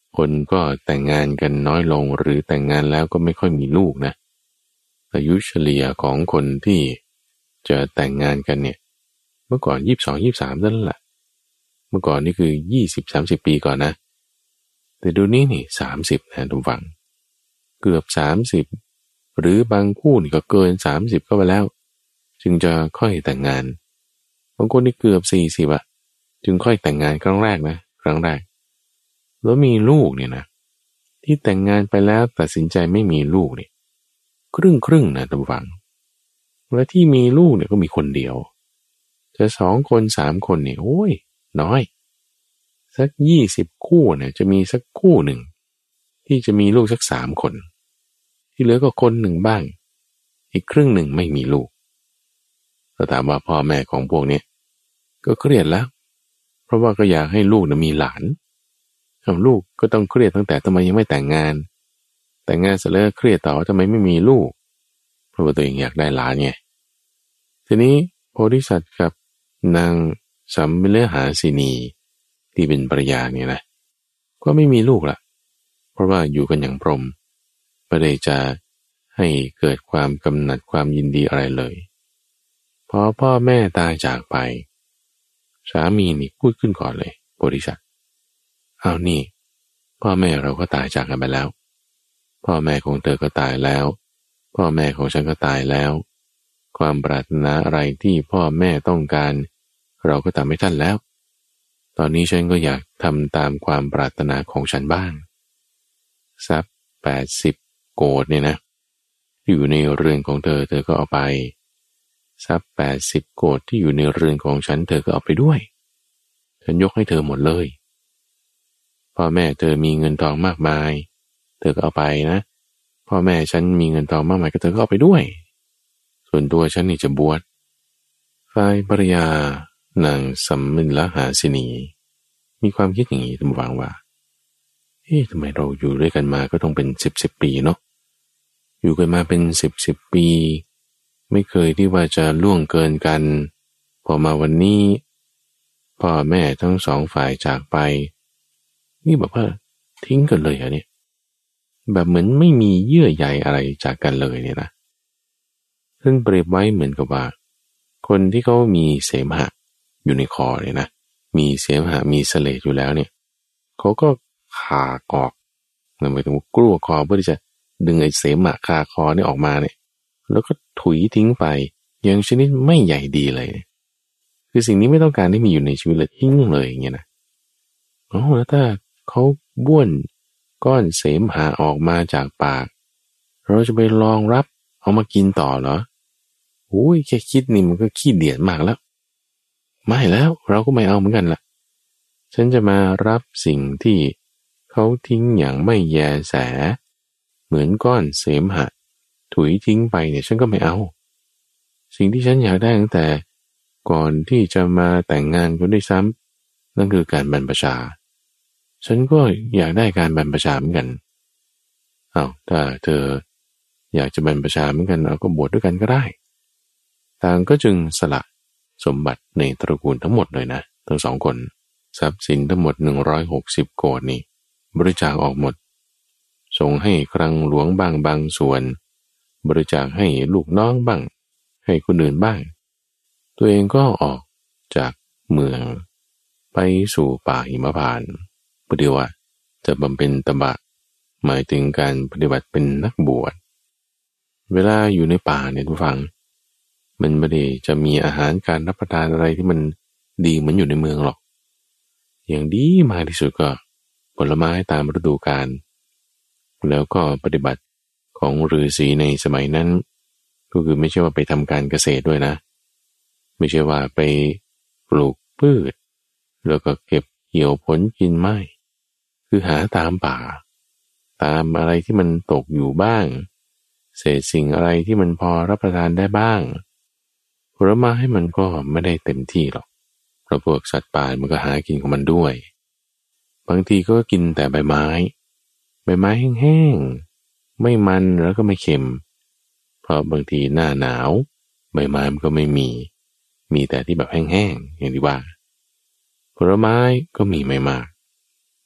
คนก็แต่งงานกันน้อยลงหรือแต่งงานแล้วก็ไม่ค่อยมีลูกนะอายุเฉลี่ยของคนที่จะแต่งงานกันเนี่ยเมื่อก่อนยี่สิบสอง ยี่สิบสามนั่นแหละเมื่อก่อนนี่คือยี่สิบ สามสิบปีก่อนนะแต่ดูนี้นี่สามสิบนะทุกฝั่งเกือบสามสิบหรือบางคู่นี่ก็เกินสามสิบเข้าไปแล้วจึงจะค่อยแต่งงานบางคนนี่เกือบสี่สิบอะจึงค่อยแต่งงานครั้งแรกนะครั้งแรกแล้วมีลูกเนี่ยนะที่แต่งงานไปแล้วตัดสินใจไม่มีลูกนี่ครึ่งครึ่งนะทุกฝั่งและที่มีลูกเนี่ยก็มีคนเดียวจะสองคนสามคนเนี่ยโอ้ยน้อยสักยี่สิบคู่เนี่ยจะมีสักคู่หนึ่งที่จะมีลูกสักสามคนที่เหลือก็คนหนึ่งบ้างอีกครึ่งหนึ่งไม่มีลูกเราถามว่าพ่อแม่ของพวกนี้ก็เครียดแล้วเพราะว่าก็อยากให้ลูกนะมีหลานทำลูกก็ต้องเครียดตั้งแต่ทำไมยังไม่แต่งงานแต่งงานเสร็จแล้วเครียดต่อว่าทำไมไม่มีลูกเพราะว่าตัวเองอยากได้หลานไงทีนี้โพธิสัตว์กับนางสัมมิเลหาสินีที่เป็นภรรยาเนี่ยนะก็ไม่มีลูกละเพราะว่าอยู่กันอย่างพรหมไม่ได้จะให้เกิดความกำหนัดความยินดีอะไรเลยพอพ่อแม่ตายจากไปสามีนี่พูดขึ้นก่อนเลยโพธิสัตว์เอานี่พ่อแม่เราก็ตายจากกันไปแล้วพ่อแม่ของเธอก็ตายแล้วพ่อแม่ของฉันก็ตายแล้วความปรารถนาอะไรที่พ่อแม่ต้องการเราก็ทำให้ท่านแล้วตอนนี้ฉันก็อยากทำตามความปรารถนาของฉันบ้างทรัพย์แปดสิบโกฏเนี่ยนะอยู่ในเรือนของเธอเธอก็เอาไปทรัพย์แปดสิบโกฏที่อยู่ในเรือนของฉันเธอก็เอาไปด้วยฉันยกให้เธอหมดเลยพ่อแม่เธอมีเงินทองมากมายเธอก็เอาไปนะพ่อแม่ฉันมีเงินทองมากมายก็เธอก็เอาไปด้วยส่วนตัวฉันนี่จะบวชฝ่ายภรรยานางสัมมิลหาสินีมีความคิดอย่างนี้ทำวังว่าเอ๊ะทำไมเราอยู่ด้วยกันมาก็ต้องเป็นสิบสิบปีเนาะอยู่กันมาเป็นสิบสิบปีไม่เคยที่ว่าจะล่วงเกินกันพอมาวันนี้พ่อแม่ทั้งสองฝ่ายจากไปนี่แบบว่าทิ้งกันเลยอะเนี่ยแบบเหมือนไม่มีเยื่อใยอะไรจากกันเลยเนี่ยนะซึ่งเปรียบไว้เหมือนกับว่าคนที่เขามีเสมหะอยู่ในคอเนี่ยนะมีเสมหะมีเสลดอยู่แล้วเนี่ยเขาก็ขากออกหมายถึงว่ากลัวคอเพื่อที่จะดึงไอ้เสมหะคาคอนี่ออกมาเนี่ยแล้วก็ถุยทิ้งไปอย่างชนิดไม่ใหญ่ดีเลยคือสิ่งนี้ไม่ต้องการที่มีอยู่ในชีวิตเลยทิ้งเลยอย่างเงี้ยนะอ๋อแล้วถ้าเขาบ้วนก้อนเสมหะออกมาจากปากเราจะไปลองรับเอามากินต่อเหรอโอ้ยแค่คิดนี่มันก็ขี้เดียดมากแล้วไม่แล้วเราก็ไม่เอาเหมือนกันล่ะฉันจะมารับสิ่งที่เขาทิ้งอย่างไม่แยแสเหมือนก้อนเสมหะถุยทิ้งไปเนี่ยฉันก็ไม่เอาสิ่งที่ฉันอยากได้ตั้งแต่ก่อนที่จะมาแต่งงานกันด้วยซ้ำนั่นคือการบรรพชาฉันก็อยากได้การบรรพชาเหมือนกันเอาถ้าเธออยากจะบรรพชาเหมือนกันเราก็บวชด้วยกันก็ได้ต่างก็จึงสละสมบัติในตระกูลทั้งหมดเลยนะทั้งสองคนทรัพย์สินทั้งหมดหนึ่งร้อยหกสิบโกฏนี่บริจาคออกหมดส่งให้คลังหลวงบ้างบางส่วนบริจาคให้ลูกน้องบ้างให้คนอื่นบ้างตัวเองก็ออกจากเมืองไปสู่ป่าหิมพานต์ปฏิวัติจะบำเพ็ญตบะหมายถึงการปฏิบัติเป็นนักบวชเวลาอยู่ในป่าเนี่ยทุกฝังมันไม่ได้จะมีอาหารการรับประทานอะไรที่มันดีเหมือนอยู่ในเมืองหรอกอย่างดีมากที่สุดก็ผลไม้ตามฤดูกาลแล้วก็ปฏิบัติของฤาษีในสมัยนั้นก็คือไม่ใช่ว่าไปทำการเกษตรด้วยนะไม่ใช่ว่าไปปลูกพืชแล้วก็เก็บเกี่ยวผลกินไม่คือหาตามป่าตามอะไรที่มันตกอยู่บ้างเศษสิ่งอะไรที่มันพอรับประทานได้บ้างผลไม้ให้มันก็ไม่ได้เต็มที่หรอกเพราะพวกสัตว์ป่ามันก็หากินของมันด้วยบางทีก็กินแต่ใบไม้ใบไม้แห้งๆไม่มันแล้วก็ไม่เค็มเพราะบางทีหน้าหนาวใบไม้มันก็ไม่มีมีแต่ที่แบบแห้งๆอย่างที่ว่าผลไม้ก็มีไม่มากพ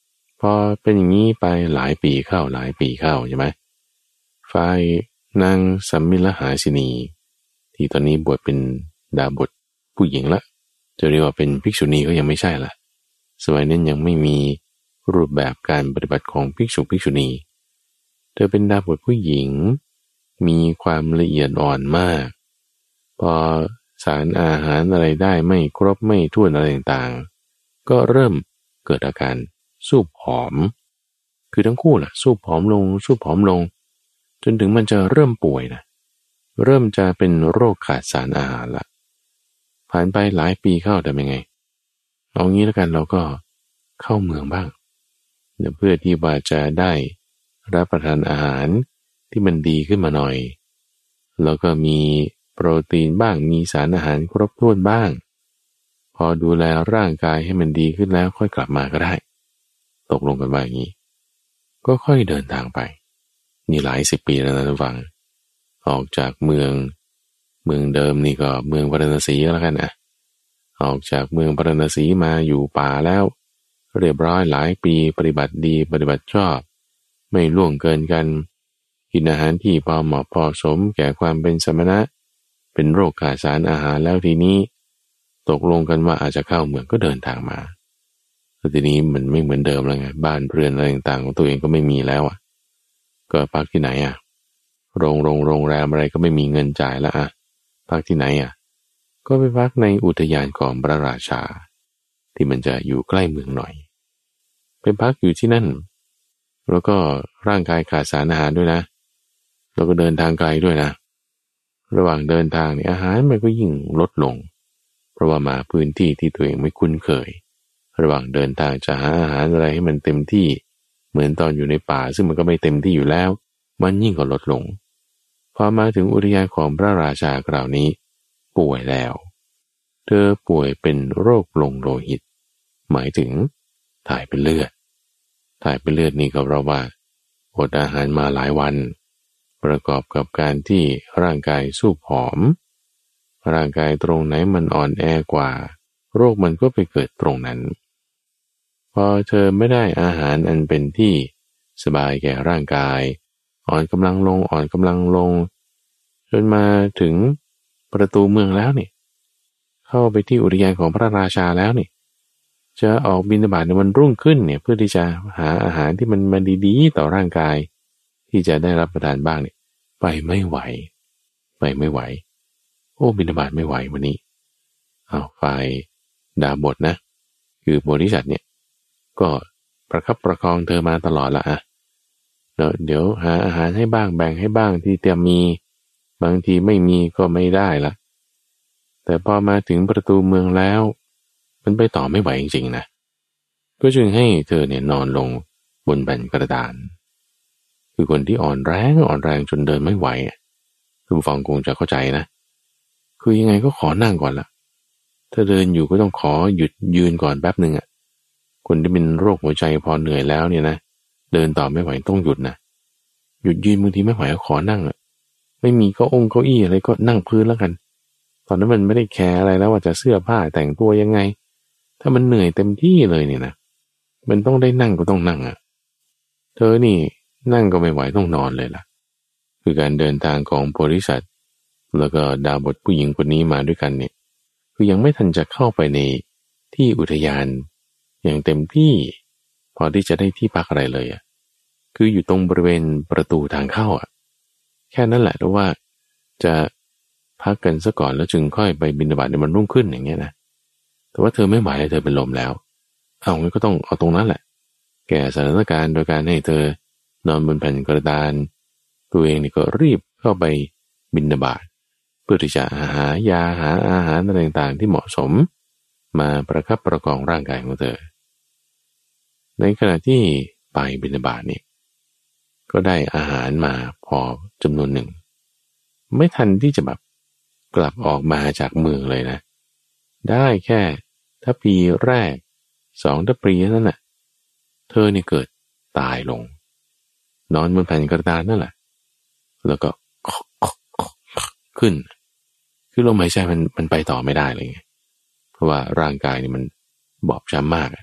พอเป็นอย่างนี้ไปหลายปีเข้าหลายปีเข้าใช่ไหมฝ่ายนางสัมมิลหาสินีที่ตอนนี้บวชเป็นดาบทผู้หญิงละจะเรียกว่าเป็นภิกษุณีก็ยังไม่ใช่ละสมัยนั้นยังไม่มีรูปแบบการปฏิบัติของภิกษุภิกษุณีเธอเป็นดาบทผู้หญิงมีความละเอียดอ่อนมากพอสารอาหารอะไรได้ไม่ครบไม่ถ้วนอะไรต่างๆก็เริ่มเกิดอาการสูบผอมคือทั้งคู่แหละสูบผอมลงสูบผอมลงจนถึงมันจะเริ่มป่วยนะเริ่มจะเป็นโรคขาดสารอาหารละผ่านไปหลายปีเข้าแต่เป็นไงเอางี้แล้วกันเราก็เข้าเมืองบ้างเพื่อที่ว่าจะได้รับประทานอาหารที่มันดีขึ้นมาหน่อยแล้วก็มีโปรตีนบ้างมีสารอาหารครบถ้วนบ้างพอดูแลร่างกายให้มันดีขึ้นแล้วค่อยกลับมาก็ได้ตกลงกันว่าอย่างนี้ก็ค่อยเดินทางไปนี่หลายสิบปีแล้วนะท่านฟังออกจากเมืองเมืองเดิมนี่ก็เมืองพาราณสีแล้วกันนะออกจากเมืองพาราณสีมาอยู่ป่าแล้วเรียบร้อยหลายปีปฏิบัติดีปฏิบัติชอบไม่ล่วงเกินกันกินอาหารที่พอเหมาะพอสมแก่ความเป็นสมณะเป็นโรคขาดสารอาหารแล้วทีนี้ตกลงกันว่าอาจจะเข้าเมืองก็เดินทางมาแต่ทีนี้มันไม่เหมือนเดิมแล้วไงบ้านเรือนอะไรต่างๆของตัวเองก็ไม่มีแล้วอ่ะก็พักที่ไหนอ่ะโรงโรงโรงแรมอะไรก็ไม่มีเงินจ่ายแล้วอ่ะพักที่ไหนอ่ะก็ไปพักในอุทยานของพระราชาที่มันจะอยู่ใกล้เมืองหน่อยไปพักอยู่ที่นั่นแล้วก็ร่างกายขาดสารอาหารด้วยนะแล้วก็เดินทางไกลด้วยนะระหว่างเดินทางเนี่ยอาหารมันก็ยิ่งลดลงเพราะว่ามาพื้นที่ที่ตัวเองไม่คุ้นเคยระหว่างเดินทางจะหาอาหารอะไรให้มันเต็มที่เหมือนตอนอยู่ในป่าซึ่งมันก็ไม่เต็มที่อยู่แล้วมันยิ่งก็ลดลงพอมาถึงอุทยานของพระราชาคราวนี้ป่วยแล้วเธอป่วยเป็นโรคลงโลหิตหมายถึงถ่ายเป็นเลือดถ่ายเป็นเลือดนี่ก็เพราะว่าอดอาหารมาหลายวันประกอบกับการที่ร่างกายสูบผอมร่างกายตรงไหนมันอ่อนแอกว่าโรคมันก็ไปเกิดตรงนั้นพอเธอไม่ได้อาหารอันเป็นที่สบายแก่ร่างกายอ่อนกำลังลงอ่อนกำลังลงจนมาถึงประตูเมืองแล้วนี่เข้าไปที่อุทยานของพระราชาแล้วนี่จะออกบิณฑบาตในวันรุ่งขึ้นเนี่ยเพื่อที่จะหาอาหารที่มันมันดีๆต่อร่างกายที่จะได้รับประทานบ้างเนี่ยไปไม่ไหวไปไม่ไหวโอ้บิณฑบาตไม่ไหววันนี้เอาฝ่ายดาบทนะคือโพธิสัตว์เนี่ยก็ประคับประคองเธอมาตลอดละอ่ะเดี๋ยวเดี๋ยวหาอาหารให้บ้างแบ่งให้บ้างที่เตรียมมีบางทีไม่มีก็ไม่ได้ละแต่พอมาถึงประตูเมืองแล้วมันไปต่อไม่ไหวจริงๆนะก็จึงให้เธอเนี่ยนอนลงบนแผ่นกระดานคือคนที่อ่อนแรงอ่อนแรงจนเดินไม่ไหวคุณฟังคงจะเข้าใจนะคือยังไงก็ขอนั่งก่อนละถ้าเดินอยู่ก็ต้องขอหยุดยืนก่อนแป๊บหนึ่งอ่ะคนที่เป็นโรคหัวใจพอเหนื่อยแล้วเนี่ยนะเดินต่อไม่ไหวต้องหยุดนะหยุดยืนบางทีไม่ไหวก็ขอนั่งอ่ะไม่มีเก้าองเก้าอี้อะไรก็นั่งพื้นแล้วกันตอนนั้นมันไม่ได้แคร์อะไรแล้วว่าจะเสื้อผ้าแต่งตัวยังไงถ้ามันเหนื่อยเต็มที่เลยเนี่ยนะมันต้องได้นั่งก็ต้องนั่งอ่ะเธอนี่นั่งก็ไม่ไหวต้องนอนเลยล่ะคือการเดินทางของโพธิสัตว์แล้วก็ดาบทผู้หญิงคนนี้มาด้วยกันเนี่ยคือยังไม่ทันจะเข้าไปในที่อุทยานอย่างเต็มที่พอที่จะได้ที่พักอะไรเลยอ่ะคืออยู่ตรงบริเวณประตูทางเข้าอ่ะแค่นั้นแหละแต่ว่าจะพักกันซะก่อนแล้วจึงค่อยไปบิณฑบาตในวันรุ่งขึ้นอย่างเงี้ยนะแต่ว่าเธอไม่ไหวเลยเธอเป็นลมแล้วเอางั้นก็ต้องเอาตรงนั้นแหละแก้สถานการณ์โดยการให้เธอนอนบนแผ่นกระดานตัวเองนี่ก็รีบเข้าไปบิณฑบาตเพื่อที่จะหายาหาอาหารต่างๆที่เหมาะสมมาประคับประคองร่างกายของเธอในขณะที่ไปบิณฑบาตนี่ก็ได้อาหารมาพอจำนวนหนึ่งไม่ทันที่จะแบบกลับออกมาจากเมืองเลยนะได้แค่ทัพพีแรกสองทัพพีนั่นแหละเธอนี่เกิดตายลงนอนบนแผ่นกระดานนั่นแหละแล้วก็ขึ้นคือลมหายใจมันมันไปต่อไม่ได้เลยไงเพราะว่าร่างกายนี่มันบอบช้ำมาก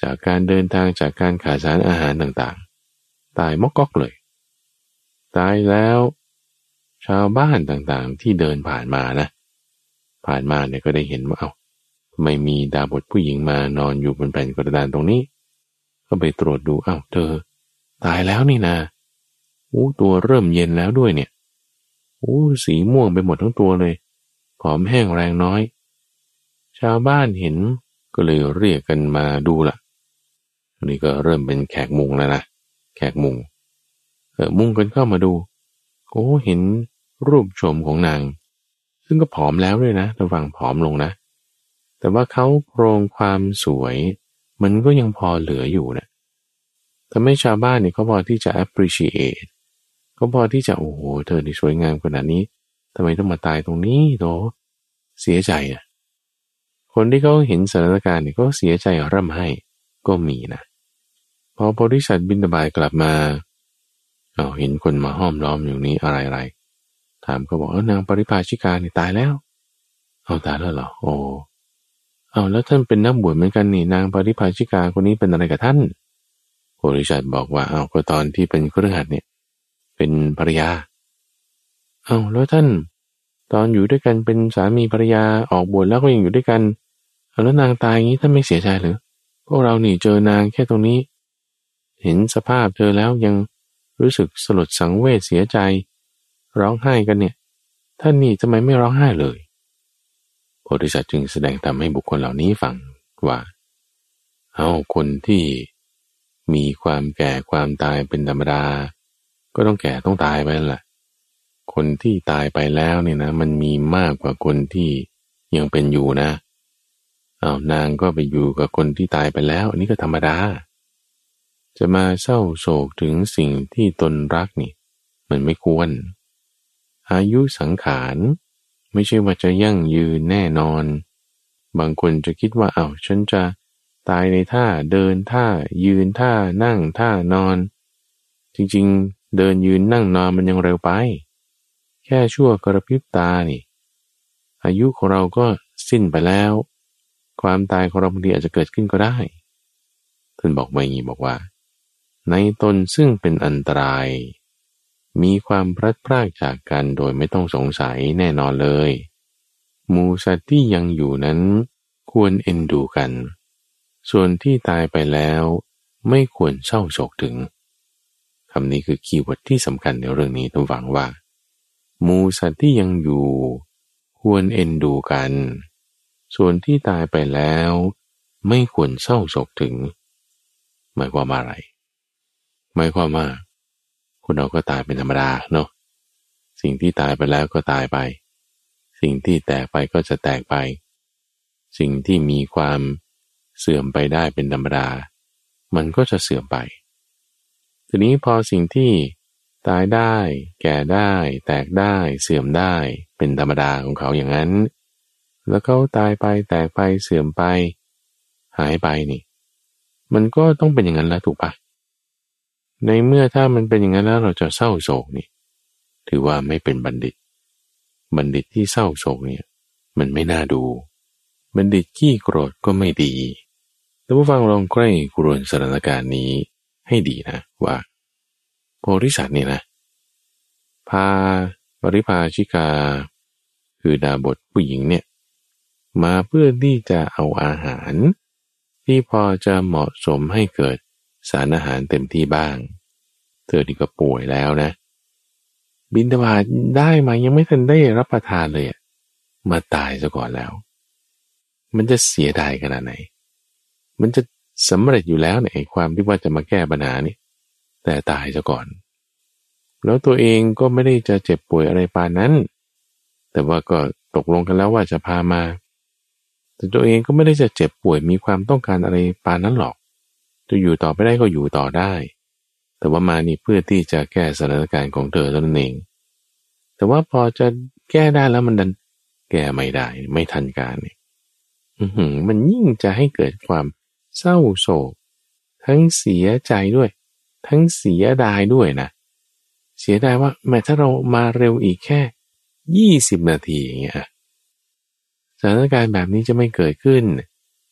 จากการเดินทางจากการขาดสารอาหารต่างๆตายมอกก๊อกเลยตายแล้วชาวบ้านต่างๆที่เดินผ่านมานะผ่านมาเนี่ยก็ได้เห็นว่าเอ้าไม่มีดาบทผู้หญิงมานอนอยู่บนแผ่นกระดานตรงนี้ก็ไปตรวจดูเอ้าเธอตายแล้วนี่นะอู้ตัวเริ่มเย็นแล้วด้วยเนี่ยอู้สีม่วงไปหมดทั้งตัวเลยผอมแห้งแรงน้อยชาวบ้านเห็นก็เลยเรียกกันมาดูล่ะนี่ก็เริ่มเป็นแขกมุงแล้วนะแขกมุงเออมุงกันเข้ามาดูโอ้เห็นรูปโฉมของนางซึ่งก็ผอมแล้วด้วยนะระหว่างผอมลงนะแต่ว่าเขาโครงความสวยมันก็ยังพอเหลืออยู่นะทำให้ชาวบ้านเนี่ยเขาพอที่จะ appreciate เขาพอที่จะโอ้โหเธอนี่สวยงามขนาดนี้ทำไมต้องมาตายตรงนี้โธ่เสียใจอ่ะคนที่เขาเห็นสถานการณ์เนี่ยก็เสียใจร่ำไห้ก็มีนะพอโพธิสัตว์บิณฑบาตกลับมาเอาเห็นคนมาห้อมล้อมอยู่นี้อะไรๆถามก็บอกเออนางปริภาชิกานี่ตายแล้วเอาตายแล้วเหรอโอ้เอาแล้วท่านเป็นนักบวชเหมือนกันนี่นางปริภาชิกาคนนี้เป็นอะไรกับท่านโพธิสัตว์บอกว่าเอาก็ตอนที่เป็นคฤหัสถ์เนี่ยเป็นภรรยาเอาแล้วท่านตอนอยู่ด้วยกันเป็นสามีภรรยาออกบวชแล้วก็ยังอยู่ด้วยกันแล้วนางตายอย่างนี้ท่านไม่เสียใจหรือพวกเรานี่เจอนางแค่ตรงนี้เห็นสภาพเธอแล้วยังรู้สึกสลดสังเวชเสียใจร้องไห้กันเนี่ยท่านนี่ทำไมไม่ร้องไห้เลยโพธิสัตว์จึงแสดงธรรมให้บุคคลเหล่านี้ฟังว่าเอาคนที่มีความแก่ความตายเป็นธรรมดาก็ต้องแก่ต้องตายไปนั่นแหละคนที่ตายไปแล้วเนี่ยนะมันมีมากกว่าคนที่ยังเป็นอยู่นะเอานางก็ไปอยู่กับคนที่ตายไปแล้วอันนี้ก็ธรรมดาจะมาเศร้าโศกถึงสิ่งที่ตนรักนี่มันไม่ควรอายุสังขารไม่ใช่ว่าจะยั่งยืนแน่นอนบางคนจะคิดว่าอ้าวฉันจะตายในท่าเดินท่ายืนท่านั่งท่านอนจริงๆเดินยืนนั่งนอนมันยังเร็วไปแค่ชั่วกระพริบตานี่อายุของเราก็สิ้นไปแล้วความตายของเราบางทีอาจจะเกิดขึ้นก็ได้ท่านบอกมาอย่างนี้บอกว่าในตนซึ่งเป็นอันตรายมีความพลัดพรากจากกันโดยไม่ต้องสงสัยแน่นอนเลยหมู่สัตว์ที่ยังอยู่นั้นควรเอ็นดูกันส่วนที่ตายไปแล้วไม่ควรเศร้าโศกถึงคำนี้คือคีย์เวิร์ดที่สำคัญในเรื่องนี้ต้องฟังว่าหมู่สัตว์ที่ยังอยู่ควรเอ็นดูกันส่วนที่ตายไปแล้วไม่ควรเศร้าโศกถึงหมายความว่าอะไรหมายความว่าคนเราก็ตายเป็นธรรมดาเนาะสิ่งที่ตายไปแล้วก็ตายไปสิ่งที่แตกไปก็จะแตกไปสิ่งที่มีความเสื่อมไปได้เป็นธรรมดามันก็จะเสื่อมไปทีนี้พอสิ่งที่ตายได้แก่ได้แตกได้เสื่อมได้เป็นธรรมดาของเขาอย่างนั้นแล้วเขาตายไปแตกไปเสื่อมไปหายไปนี่มันก็ต้องเป็นอย่างนั้นแล้วถูกปะในเมื่อถ้ามันเป็นอย่างนั้นแล้วเราจะเศร้าโศกนี่ถือว่าไม่เป็นบัณฑิตบัณฑิตที่เศร้าโศกเนี่ยมันไม่น่าดูบัณฑิตขี้โกรธก็ไม่ดีแต่ผู้ฟังลองใกล้ครวญสถานการณ์นี้ให้ดีนะว่าโพธิสัตว์นี่นะพาปริภาชิกาคือดาบทผู้หญิงเนี่ยมาเพื่อที่จะเอาอาหารที่พอจะเหมาะสมให้เกิดสารอาหารเต็มที่บ้างเธอที่ก็ป่วยแล้วนะบิณฑบาตได้มายังไม่ทันได้รับประทานเลยมาตายซะก่อนแล้วมันจะเสียดายขนาดไหนมันจะสำเร็จอยู่แล้วในความที่ว่าจะมาแก้ปัญหานี่แต่ตายซะก่อนแล้วตัวเองก็ไม่ได้จะเจ็บป่วยอะไรปานนั้นแต่ว่าก็ตกลงกันแล้วว่าจะพามาแต่ตัวเองก็ไม่ได้จะเจ็บป่วยมีความต้องการอะไรปานนั้นหรอกจะอยู่ต่อไปได้ก็อยู่ต่อได้แต่ว่ามานี่เพื่อที่จะแก้สถานการณ์ของเธอเท่านั้นเองแต่ว่าพอจะแก้ได้แล้วมันดันแก้ไม่ได้ไม่ทันการเนี่ยมันยิ่งจะให้เกิดความเศร้าโศกทั้งเสียใจด้วยทั้งเสียดายด้วยนะเสียดายว่าแม้ถ้าเรามาเร็วอีกแค่ยี่สิบนาทีอย่างเงี้ยสถานการณ์แบบนี้จะไม่เกิดขึ้น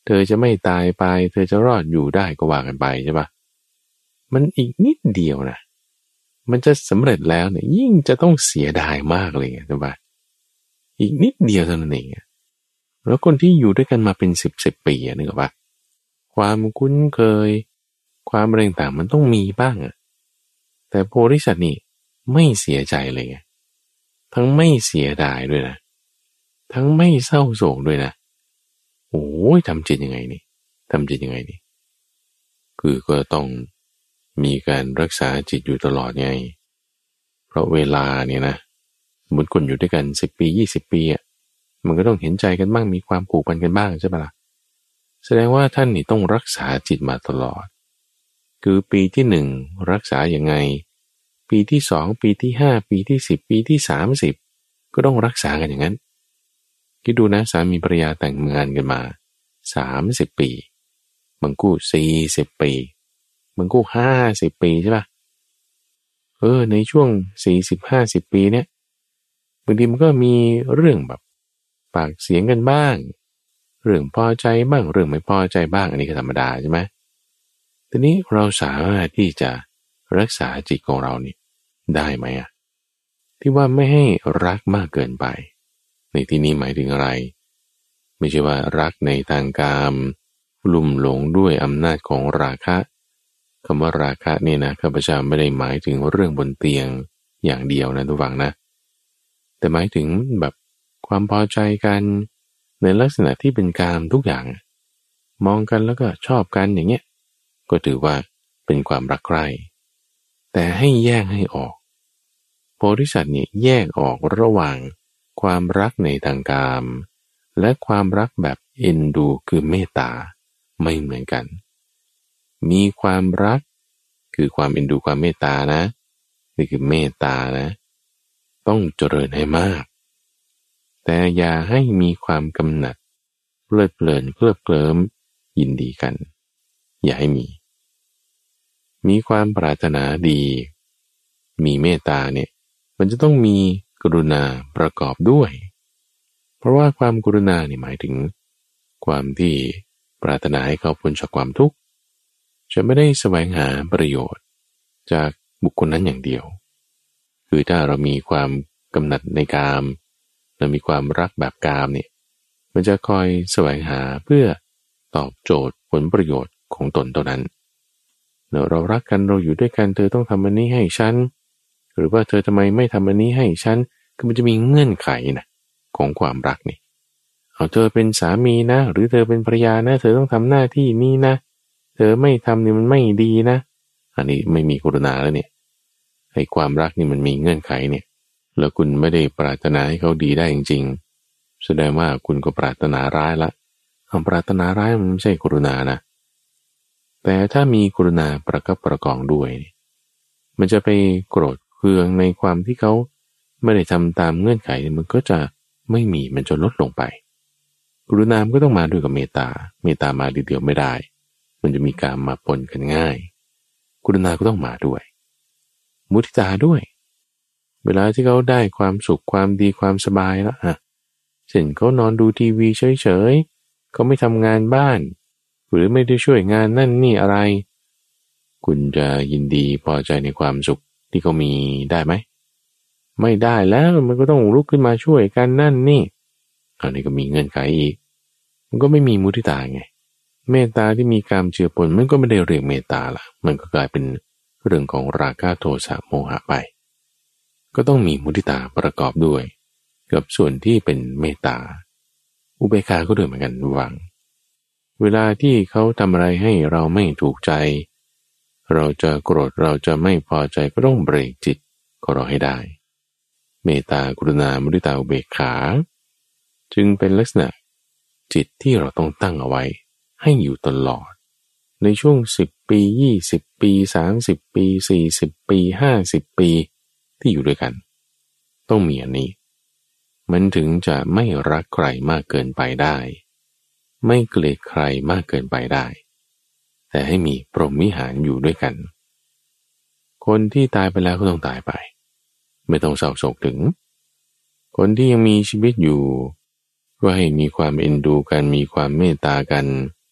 เธอจะไม่ตายไปเธอจะรอดอยู่ได้ก็ว่ากันไปใช่ปะมันอีกนิดเดียวนะมันจะสำเร็จแล้วเนี่ยยิ่งจะต้องเสียดายมากเลยใช่ปะอีกนิดเดียวเท่านั้นเองแล้วคนที่อยู่ด้วยกันมาเป็นสิบสิบปีนึกออกปะความคุ้นเคยความอะไรต่างมันต้องมีบ้างอะแต่โพธิสัตว์นี่ไม่เสียใจเลยไงทั้งไม่เสียดายด้วยนะทั้งไม่เศร้าโศกด้วยนะโอ้ยทำจิตยังไงนี่ทำจิตยังไงนี่คือก็ต้องมีการรักษาจิตอยู่ตลอดไงเพราะเวลาเนี่ยนะสมมติคนอยู่ด้วยกันสิบปียี่สิบปีอ่ะมันก็ต้องเห็นใจกันบ้างมีความผูกพันกันบ้างใช่ปะล่ะแสดงว่าท่านนี่ต้องรักษาจิตมาตลอดคือปีที่หนึ่งรักษาอย่างไงปีที่สองปีที่ห้าปีที่สิบปีที่สามสิบก็ต้องรักษากันอย่างนั้นคิดดูนะสามีภรรยาแต่งงานกันมาสามสิบปีบางคู่สี่สิบปีบางคู่ห้าสิบปีใช่ปะเออในช่วงสี่สิบห้าสิบปีเนี่ยบางทีมันก็มีเรื่องแบบปากเสียงกันบ้างเรื่องพอใจบ้างเรื่องไม่พอใจบ้างอันนี้ก็ธรรมดาใช่ไหมทีนี้เราสามารถที่จะรักษาจิตของเรานี่ได้ไหมอะที่ว่าไม่ให้รักมากเกินไปในที่นี้หมายถึงอะไรไม่ใช่ว่ารักในทางกามลุ่มหลงด้วยอำนาจของราคะคำว่าราคะเนี่ยนะข้าพเจ้าไม่ได้หมายถึงเรื่องบนเตียงอย่างเดียวนะทุกฝังนะแต่หมายถึงแบบความพอใจกันในลักษณะที่เป็นกามทุกอย่างมองกันแล้วก็ชอบกันอย่างเงี้ยก็ถือว่าเป็นความรักใคร่แต่ให้แยกให้ออกโพธิสัตว์เนี่ยแยกออกระหว่างความรักในทางกามและความรักแบบเอ็นดูคือเมตตาไม่เหมือนกันมีความรักคือความเอ็นดูความเมตตานะนี่คือเมตตานะต้องเจริญให้มากแต่อย่าให้มีความกำหนัดเพลิดเพลินเพลิดเพลิมยินดีกันอย่าให้มีมีความปรารถนาดีมีเมตตาเนี่ยมันจะต้องมีกรุณาประกอบด้วยเพราะว่าความกรุณาเนี่ยหมายถึงความที่ปรารถนาให้เขาพ้นจากความทุกข์จะไม่ได้แสวงหาประโยชน์จากบุคคลนั้นอย่างเดียวคือถ้าเรามีความกำหนัดในกามเรามีความรักแบบกามเนี่ยมันจะคอยแสวงหาเพื่อตอบโจทย์ผลประโยชน์ของตนเท่านั้นเรารักกันเราอยู่ด้วยกันเธอต้องทำอันนี้ให้ฉันหรือว่าเธอทำไมไม่ทำอันนี้ให้ฉันคือมันจะมีเงื่อนไขนะของความรักนี่เอาเธอเป็นสามีนะหรือเธอเป็นภรรยานะเธอต้องทำหน้าที่นี้นะเธอไม่ทำนี่มันไม่ดีนะอันนี้ไม่มีกรุณาแล้วเนี่ยไอ้ความรักนี่มันมีเงื่อนไขเนี่ยแล้วคุณไม่ได้ปรารถนาให้เขาดีได้จริงๆแสดงว่าคุณก็ปรารถนาร้ายละความปรารถนาร้ายมันไม่ใช่กรุณานะแต่ถ้ามีกรุณาประคับประคองด้วยมันจะไปโกรธเคืองในความที่เขาไม่ได้ทำตามเงื่อนไขมันก็จะไม่มีมันจะลดลงไปกรุณามันก็ต้องมาด้วยกับเมตตาเมตตามาเดียวไม่ได้มันจะมีการมาปนกันง่ายกรุณาก็ต้องมาด้วยมุทิตาด้วยเวลาที่เขาได้ความสุขความดีความสบายแล้วฮะเช่นเขานอนดูทีวีเฉยๆเขาไม่ทำงานบ้านหรือไม่ได้ช่วยงานนั่นนี่อะไรคุณจะยินดีพอใจในความสุขที่เขามีได้ไหมไม่ได้แล้วมันก็ต้องลุกขึ้นมาช่วยกันนั่นนี่อันนี้ก็มีเงื่อนไขอีกมันก็ไม่มีมุทิตาไงเมตตาที่มีการเจือปนมันก็ไม่ได้เรียกเมตตาละมันก็กลายเป็นเรื่องของราคะโทสะโมหะไปก็ต้องมีมุทิตาประกอบด้วยกับส่วนที่เป็นเมตตาอุเบกขาก็ด้วยเหมือนกันวางเวลาที่เขาทำอะไรให้เราไม่ถูกใจเราจะโกรธเราจะไม่พอใจก็ต้องเบรกจิตของเราให้ได้เมตตากรุณามุทิตาอุเบกขาจึงเป็นลักษณะจิตที่เราต้องตั้งเอาไว้ให้อยู่ตลอดในช่วงสิบปียี่สิบปีสามสิบปีสี่สิบปีห้าสิบปีที่อยู่ด้วยกันต้องมีอันนี้มันถึงจะไม่รักใครมากเกินไปได้ไม่เกลียดใครมากเกินไปได้แต่ให้มีพรหมวิหารอยู่ด้วยกันคนที่ตายไปแล้วก็ต้องตายไปไม่ต้องเศร้าโศกถึงคนที่ยังมีชีวิตอยู่ก็ให้มีความเอ็นดูกันมีความเมตตากัน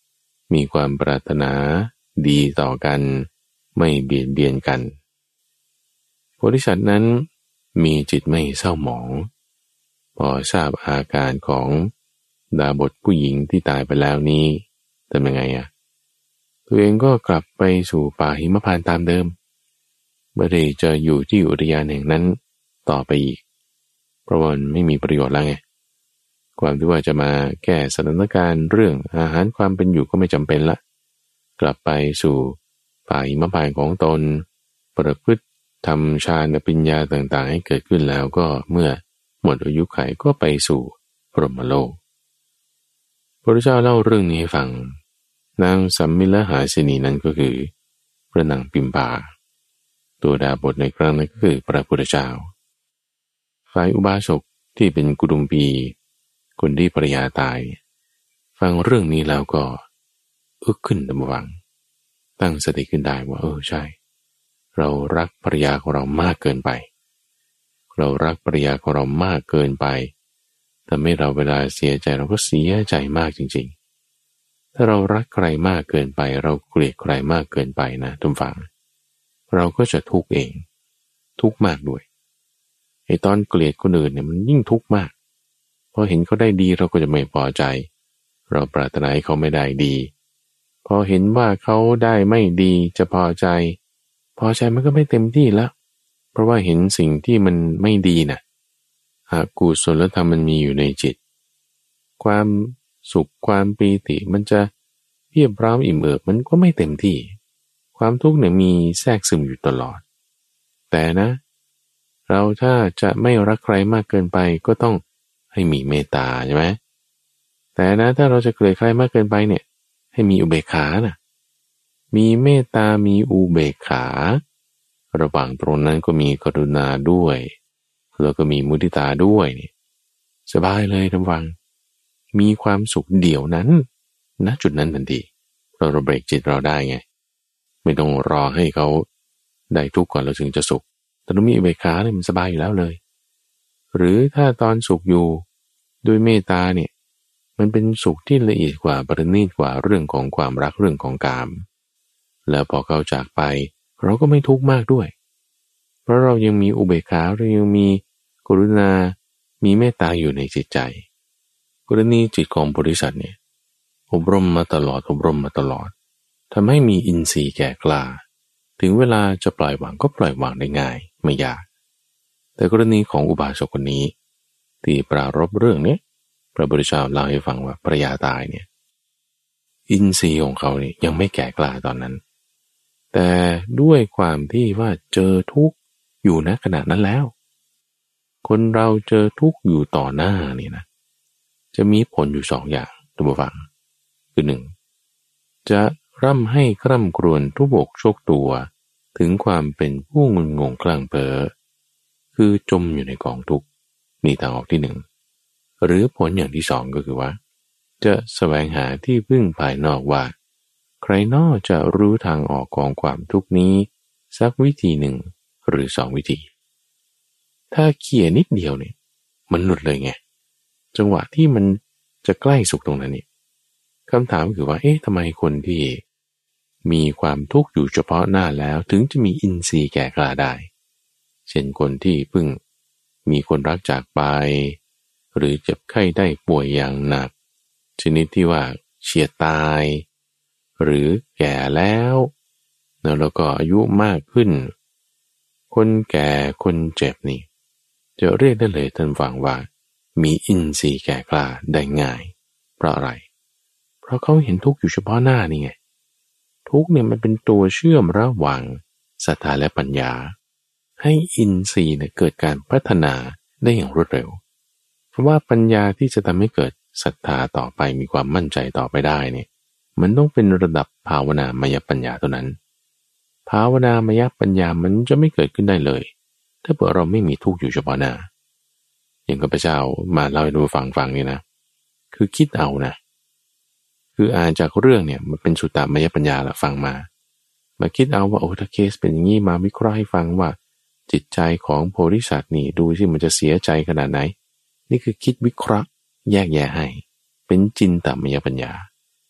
มีความปรารถนาดีต่อกันไม่เบียดเบียนกันโพธิสัตว์นั้นมีจิตไม่เศร้าหมองพอทราบอาการของดาบทผู้หญิงที่ตายไปแล้วนี้ทำยังไงอ่ะตัวเองก็กลับไปสู่ป่าหิมพานต์ตามเดิมไม่ได้จะอยู่ที่อุทยานแห่งนั้นต่อไปอีกเพราะมันไม่มีประโยชน์แล้วไงความที่ว่าจะมาแก้สถานการณ์เรื่องอาหารความเป็นอยู่ก็ไม่จำเป็นละกลับไปสู่ป่าหิมพานต์ของตนประพฤติทำฌานปัญญาต่างๆให้เกิดขึ้นแล้วก็เมื่อหมดอายุขัยก็ไปสู่พรหมโลกพระพุทธเจ้าเล่าเรื่องนี้ให้ฟังนางสัมมิลหาสินีนั้นก็คือพระนางปิมพาตัวดาบทในครั้งนั้นก็คือพระพุทธเจ้าฝ่ายอุบาสกที่เป็นกุดุมพีคนที่ภรรยาตายฟังเรื่องนี้แล้วก็อึกขึ้นตามวังตั้งสติขึ้นได้ว่าเออใช่เรารักภรรยาของเรามากเกินไปเรารักภรรยาของเรามากเกินไปทำให้เราเวลาเสียใจเราก็เสียใจมากจริงๆถ้าเรารักใครมากเกินไปเราเกลียดใครมากเกินไปนะทุกฝังเราก็จะทุกข์เองทุกข์มากด้วยไอ้ตอนเกลียดคนอื่นเนี่ยมันยิ่งทุกข์มากพอเห็นเขาได้ดีเราก็จะไม่พอใจเราปรารถนาให้เขาไม่ได้ดีพอเห็นว่าเขาได้ไม่ดีจะพอใจพอใจมันก็ไม่เต็มที่แล้วเพราะว่าเห็นสิ่งที่มันไม่ดีนะอกุศลธรรมมันมีอยู่ในจิตความสุขความปีติมันจะเพียบพร้อมอิ่มเอิบมันก็ไม่เต็มที่ความทุกข์เนี่ยมีแทรกซึมอยู่ตลอดแต่นะเราถ้าจะไม่รักใครมากเกินไปก็ต้องให้มีเมตตาใช่ไหมแต่นะถ้าเราจะเกลียดใครมากเกินไปเนี่ยให้มีอุเบกขานะมีเมตตามีอุเบกขาระหว่างตรงนั้นก็มีกรุณาด้วยแล้วก็มีมุทิตาด้วยนี่สบายเลยท่านฟังมีความสุขเดี่ยวนั้นณจุดนั้นทันทีเราเราเบรกจิตเราได้ไงไม่ต้องรอให้เขาได้ทุกข์ก่อนเราถึงจะสุขแต่ต้องมีอุเบกขาเลยมันสบายอยู่แล้วเลยหรือถ้าตอนสุขอยู่ด้วยเมตตาเนี่ยมันเป็นสุขที่ละเอียดกว่าประณีตกว่าเรื่องของความรักเรื่องของกามแล้วพอเขาจากไปเราก็ไม่ทุกข์มากด้วยเพราะเรายังมีอุเบกขาเรายังมีกรุณามีเมตตาอยู่ในจิตใจกรณีจิตของบริษัทเนี่ยอบรมมาตลอดอบรมมาตลอดทำให้มีอินทรีย์แก่กล้าถึงเวลาจะปล่อยวางก็ปล่อยวางได้ง่ายไม่ยากแต่กรณีของอุบาสกคนนี้ที่ปรารภเรื่องนี้พระพุทธเจ้าเล่าให้ฟังว่าภรรยาตายเนี่ยอินทรีย์ของเขาเนี่ยยังไม่แก่กล้าตอนนั้นแต่ด้วยความที่ว่าเจอทุกข์อยู่ณขณะนั้นแล้วคนเราเจอทุกข์อยู่ต่อหน้านี่นะจะมีผลอยู่สองอย่างท่านผู้ฟังคือหนึ่งจะร่ำให้คร่ำครวญทุบอกโชคตัวถึงความเป็นผู้งุนงงคลั่งเพ้อคือจมอยู่ในกองทุกข์นี่ทางออกที่หนึ่งหรือผลอย่างที่สองก็คือว่าจะแสวงหาที่พึ่งภายนอกว่าใครนอกจะรู้ทางออกของความทุกข์นี้สักวิธีหนึ่งหรือสองวิธีถ้าเขี่ยนิดเดียวเนี่ยมันหลุดเลยไงจังหวะที่มันจะใกล้สุขตรงนั้นนี่คำถามคือว่าเอ๊ะทำไมคนที่มีความทุกข์อยู่เฉพาะหน้าแล้วถึงจะมีอินทรีย์แก่กล้าได้เช่นคนที่เพิ่งมีคนรักจากไปหรือเจ็บไข้ได้ป่วยอย่างหนักชนิดที่ว่าเฉียดตายหรือแก่แล้วแล้วก็อายุมากขึ้นคนแก่คนเจ็บนี่จะเรียกได้เลยท่านฟังว่ามีอินทรีย์แก่กล้าได้ง่ายเพราะอะไรเพราะเขาเห็นทุกข์อยู่เฉพาะหน้านี่ไงทุกข์เนี่ยมันเป็นตัวเชื่อมระหว่างศรัทธาและปัญญาให้อินทรีย์เนี่ยเกิดการพัฒนาได้อย่างรวดเร็วเพราะว่าปัญญาที่จะทำให้เกิดศรัทธาต่อไปมีความมั่นใจต่อไปได้เนี่ยมันต้องเป็นระดับภาวนามยปัญญาเท่านั้นภาวนามยปัญญามันจะไม่เกิดขึ้นได้เลยถ้าเผื่อเราไม่มีทุกข์อยู่เฉพาะหน้าอย่างข้าพเจ้ามาเล่าให้ดูฟังฟังนี่นะคือคิดเอานะคืออ่านจากเรื่องเนี่ยมันเป็นสุตตมยปัญญาละฟังมามาคิดเอาว่าโอ้ถ้าเคสเป็นอย่างนี้มาวิเคราะห์ให้ฟังว่าจิตใจของโพธิสัตว์นี่ดูสิมันจะเสียใจขนาดไหนนี่คือคิดวิเคราะห์แยกแยะให้เป็นจินตมยปัญญา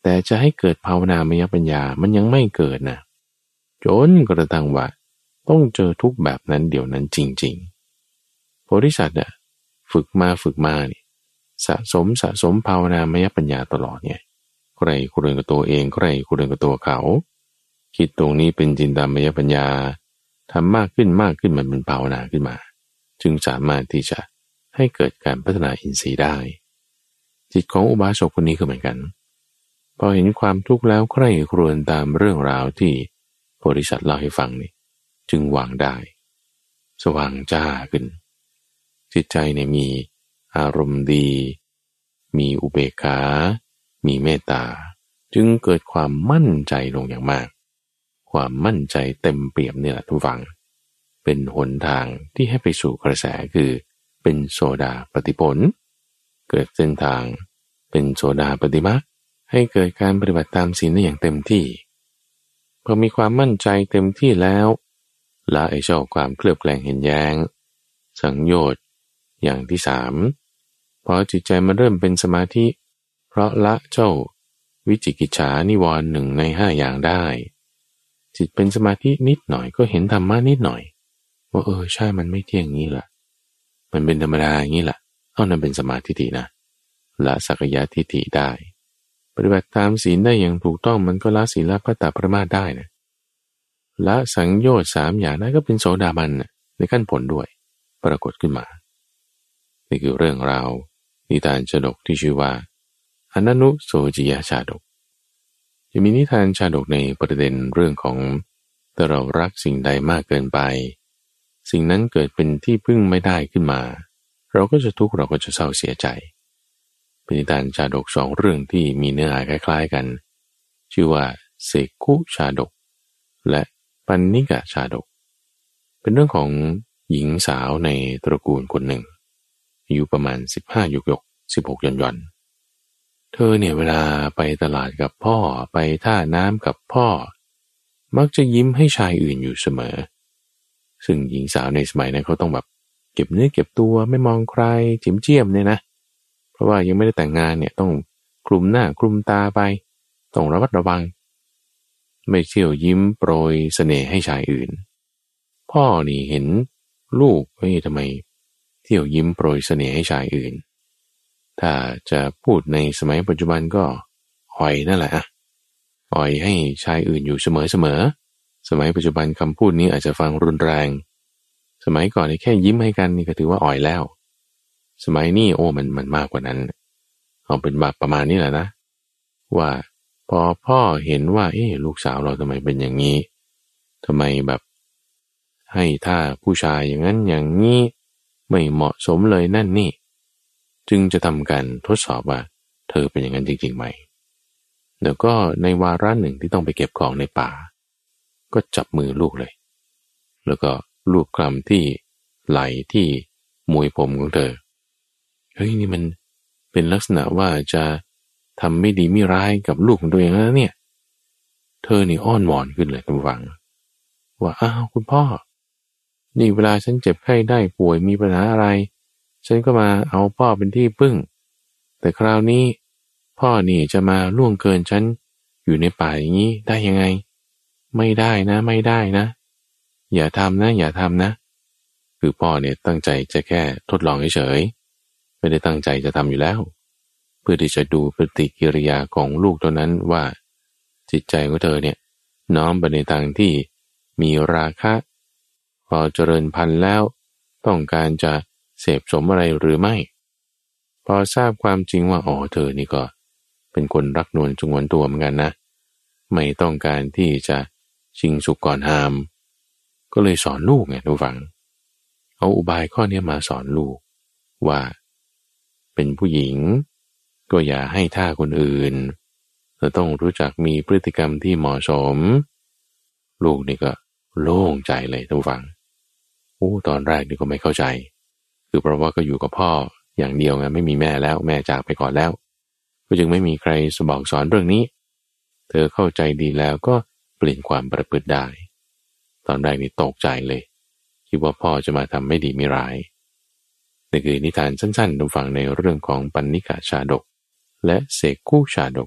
แต่จะให้เกิดภาวนามยปัญญามันยังไม่เกิดนะจนกระทั่งว่าต้องเจอทุกแบบนั้นเดี๋ยวนั้นจริงๆโพธิสัตว์อ่ะฝึกมาฝึกมาเนี่ยสะสมสะสมภาวนามยปัญญาตลอดเนี่ยใครคุยกับตัวเองใครคุยกับตัวเขาคิดตรงนี้เป็นจินตามยปัญญาทำมากขึ้นมากขึ้นมันเป็นภาวนาขึ้นมาจึงสามารถที่จะให้เกิดการพัฒนาอินทรีย์ได้จิตของอุบาสกคนนี้ก็เหมือนกันพอเห็นความทุกข์แล้วใคร่ครวญตามเรื่องราวที่โพธิสัตว์เล่าให้ฟังนี่จึงวางได้สว่างจ้าขึ้นจิตใจเนี่ยมีอารมณ์ดีมีอุเบกขามีเมตตาจึงเกิดความมั่นใจลงอย่างมากความมั่นใจเต็มเปี่ยมเนี่ยแหละทุกฝังเป็นหนทางที่ให้ไปสู่กระแสคือเป็นโสดาปฏิผลเกิดเส้นทางเป็นโสดาปฏิมรรคให้เกิดการปฏิบัติตามศีลได้อย่างเต็มที่พอมีความมั่นใจเต็มที่แล้วละไอ้เจ้าความเคลือบแคลงเห็นแย้งสังโยชน์อย่างที่สามพอจิตใจมันเริ่มเป็นสมาธิเพราะละเจ้าวิจิกิจฉานิวรณ์หนึ่งในห้าอย่างได้จิตเป็นสมาธินิดหน่อยก็เห็นธรรมะนิดหน่อยว่าเออใช่มันไม่เที่ยงงี้แหละมันเป็นธรรมดาอย่างนี้แหละเอานั่นเป็นสมาธิฏนะละสักยะทิฏฐิได้ปฏิบัติตามศีลได้อย่างถูกต้องมันก็ละศีลพัตตประมาทได้นะละสังโยชน์สามอย่างนั้นก็เป็นโสดาบันในขั้นผลด้วยปรากฏขึ้นมานี่คือเรื่องราวนิทานชาดกที่ชื่อว่าอนันุโสจิยชาดกจะมีนิทานชาดกในประเด็นเรื่องของถ้าเรารักสิ่งใดมากเกินไปสิ่งนั้นเกิดเป็นที่พึ่งไม่ได้ขึ้นมาเราก็จะทุกข์เราก็จะเศร้าเสียใจเป็นนิทานชาดกสองเรื่องที่มีเนื้อหาคล้ายๆกันชื่อว่าเสกคุชาดกและปันนิกะชาดกเป็นเรื่องของหญิงสาวในตระกูลคนหนึ่งอายุประมาณสิบห้ายุกยกสิบหกย่อนย่อนเธอเนี่ยเวลาไปตลาดกับพ่อไปท่าน้ำกับพ่อมักจะยิ้มให้ชายอื่นอยู่เสมอซึ่งหญิงสาวในสมัยนั้นเขาต้องแบบเก็บเนื้อเก็บตัวไม่มองใครจิ้มเจียมเนี่ยนะเพราะว่ายังไม่ได้แต่งงานเนี่ยต้องคลุมหน้าคลุมตาไปต้องระมัดระวังไม่เที่ยวยิ้มโปรยเสน่ห์ให้ชายอื่นพ่อนี่เห็นลูกเฮ้ยทำไมเที่ยวยิ้มโปรยเสน่ห์ให้ชายอื่นถ้าจะพูดในสมัยปัจจุบันก็อ่อยนั่นแหละอ่ะอ่อยให้ชายอื่นอยู่เสมอเสมอสมัยปัจจุบันคำพูดนี้อาจจะฟังรุนแรงสมัยก่อนนี่แค่ยิ้มให้กันนี่ก็ถือว่าอ่อยแล้วสมัยนี้โอ้มันมันมากกว่านั้นเอาเป็นแบบประมาณนี้แหละนะว่าพอพ่อเห็นว่าเอ๊ะลูกสาวเราทำไมเป็นอย่างนี้ทำไมแบบให้ท่าผู้ชายอย่างนั้นอย่างนี้ไม่เหมาะสมเลยนั่นนี่จึงจะทำการทดสอบว่าเธอเป็นอย่างนั้นจริงๆไหมแล้วก็ในวาระหนึ่งที่ต้องไปเก็บของในป่าก็จับมือลูกเลยแล้วก็ลูบคลำที่ไหล่ที่มวยผมของเธอเฮ้ยนี่มันเป็นลักษณะว่าจะทำไม่ดีไม่ร้ายกับลูกของตัวเองแล้วเนี่ยเธอนี่อ้อนวอนขึ้นเลยท่านฟังว่าอ้าวคุณพ่อนี่เวลาฉันเจ็บไข้ได้ป่วยมีปัญหาอะไรฉันก็มาเอาพ่อเป็นที่พึ่งแต่คราวนี้พ่อนี่จะมาล่วงเกินฉันอยู่ในป่าอย่างนี้ได้ยังไงไม่ได้นะไม่ได้นะอย่าทำนะอย่าทำนะคือพ่อเนี่ยตั้งใจจะแค่ทดลองเฉยๆไม่ได้ตั้งใจจะทำอยู่แล้วเพื่อที่จะดูปฏิกิริยาของลูกตัวนั้นว่าจิตใจของเธอเนี่ยน้อมไปในทางที่มีราคะพอเจริญพันธุ์แล้วต้องการจะเสพสมอะไรหรือไม่พอทราบความจริงว่าอ๋อเธอนี่ก็เป็นคนรักนวลจงวนตัวเหมือนกันนะไม่ต้องการที่จะชิงสุกก่อนหามก็เลยสอนลูกไงทุกฝังเอาอุบายข้อนี้มาสอนลูกว่าเป็นผู้หญิงก็อย่าให้ท่าคนอื่นเราต้องรู้จักมีพฤติกรรมที่เหมาะสมลูกนี่ก็โล่งใจเลยทุกฝังโอ้ตอนแรกนี่ก็ไม่เข้าใจคือเพราะว่าก็อยู่กับพ่ออย่างเดียวไงไม่มีแม่แล้วแม่จากไปก่อนแล้วก็จึงไม่มีใครสบอกสอนเรื่องนี้เธอเข้าใจดีแล้วก็เปลี่ยนความประพฤติได้ตอนแรกนี่ตกใจเลยคิดว่าพ่อจะมาทำไม่ดีไม่ร้ายนี่คือนิทานสั้นๆทุกฝั่งในเรื่องของปันนิกะชาดกและเสกคู่ชาดก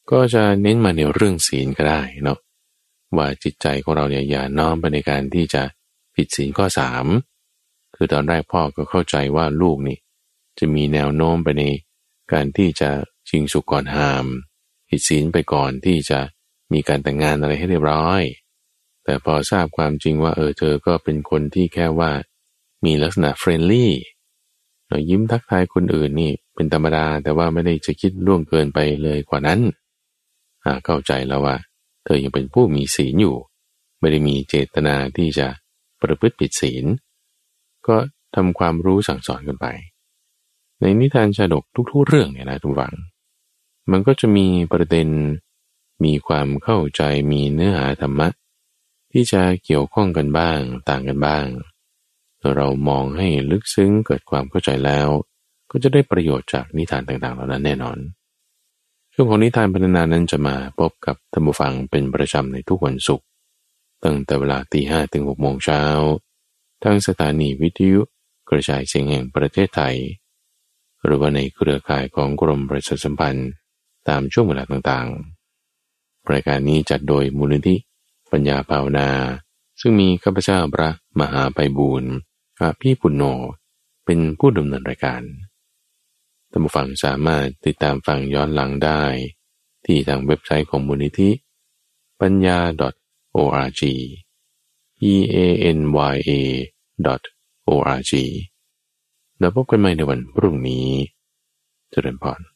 ก็จะเน้นมาในเรื่องศีลก็ได้เนาะว่าจิตใจของเราเนี่ยอย่าน้อมไปในการที่จะผิดศีลข้อสามคือตอนแรกพ่อก็เข้าใจว่าลูกนี่จะมีแนวโน้มไปในการที่จะชิงสุกก่อนหามผิดศีลไปก่อนที่จะมีการแต่งงานอะไรให้เรียบร้อยแต่พอทราบความจริงว่าเออเธอก็เป็นคนที่แค่ว่ามีลักษณะเฟรนลี่เนาะยิ้มทักทายคนอื่นนี่เป็นธรรมดาแต่ว่าไม่ได้จะคิดล่วงเกินไปเลยกว่านั้นอ่าเข้าใจแล้วว่าเธอยังเป็นผู้มีศีลอยู่ไม่ได้มีเจตนาที่จะประพฤติผิดศีลก็ทำความรู้สั่งสอนกันไปในนิทานชาดกทุกๆเรื่องเนี่ยนะทุกฝังมันก็จะมีประเด็นมีความเข้าใจมีเนื้อหาธรรมะที่จะเกี่ยวข้องกันบ้างต่างกันบ้างเรามองให้ลึกซึ้งเกิดความเข้าใจแล้วก็จะได้ประโยชน์จากนิทานต่างๆเหล่านั้นแน่นอนช่วงของนิทานพรรณนานั้นจะมาพบกับท่านผู้ฟังเป็นประจำในทุกวันศุกร์ตั้งแต่เวลาตีห้าถึงหกโมงเช้าทางสถานีวิทยุกระจายเสียงแห่งประเทศไทยหรือว่าในเครือข่ายของกรมประชาสัมพันธ์ตามช่วงเวลาต่างๆรายการนี้จัดโดยมูลนิธิปัญญาภาวนาซึ่งมีข้าพเจ้าพระมหาไพบูลย์อภิปุณโญเป็นผู้ดำเนินรายการท่านผู้ฟังสามารถติดตามฟังย้อนหลังได้ที่ทางเว็บไซต์ของมูลนิธิปัญญา .org p a n y a .org แล้วพบกันใหม่ในวันพรุ่งนี้เจริญพร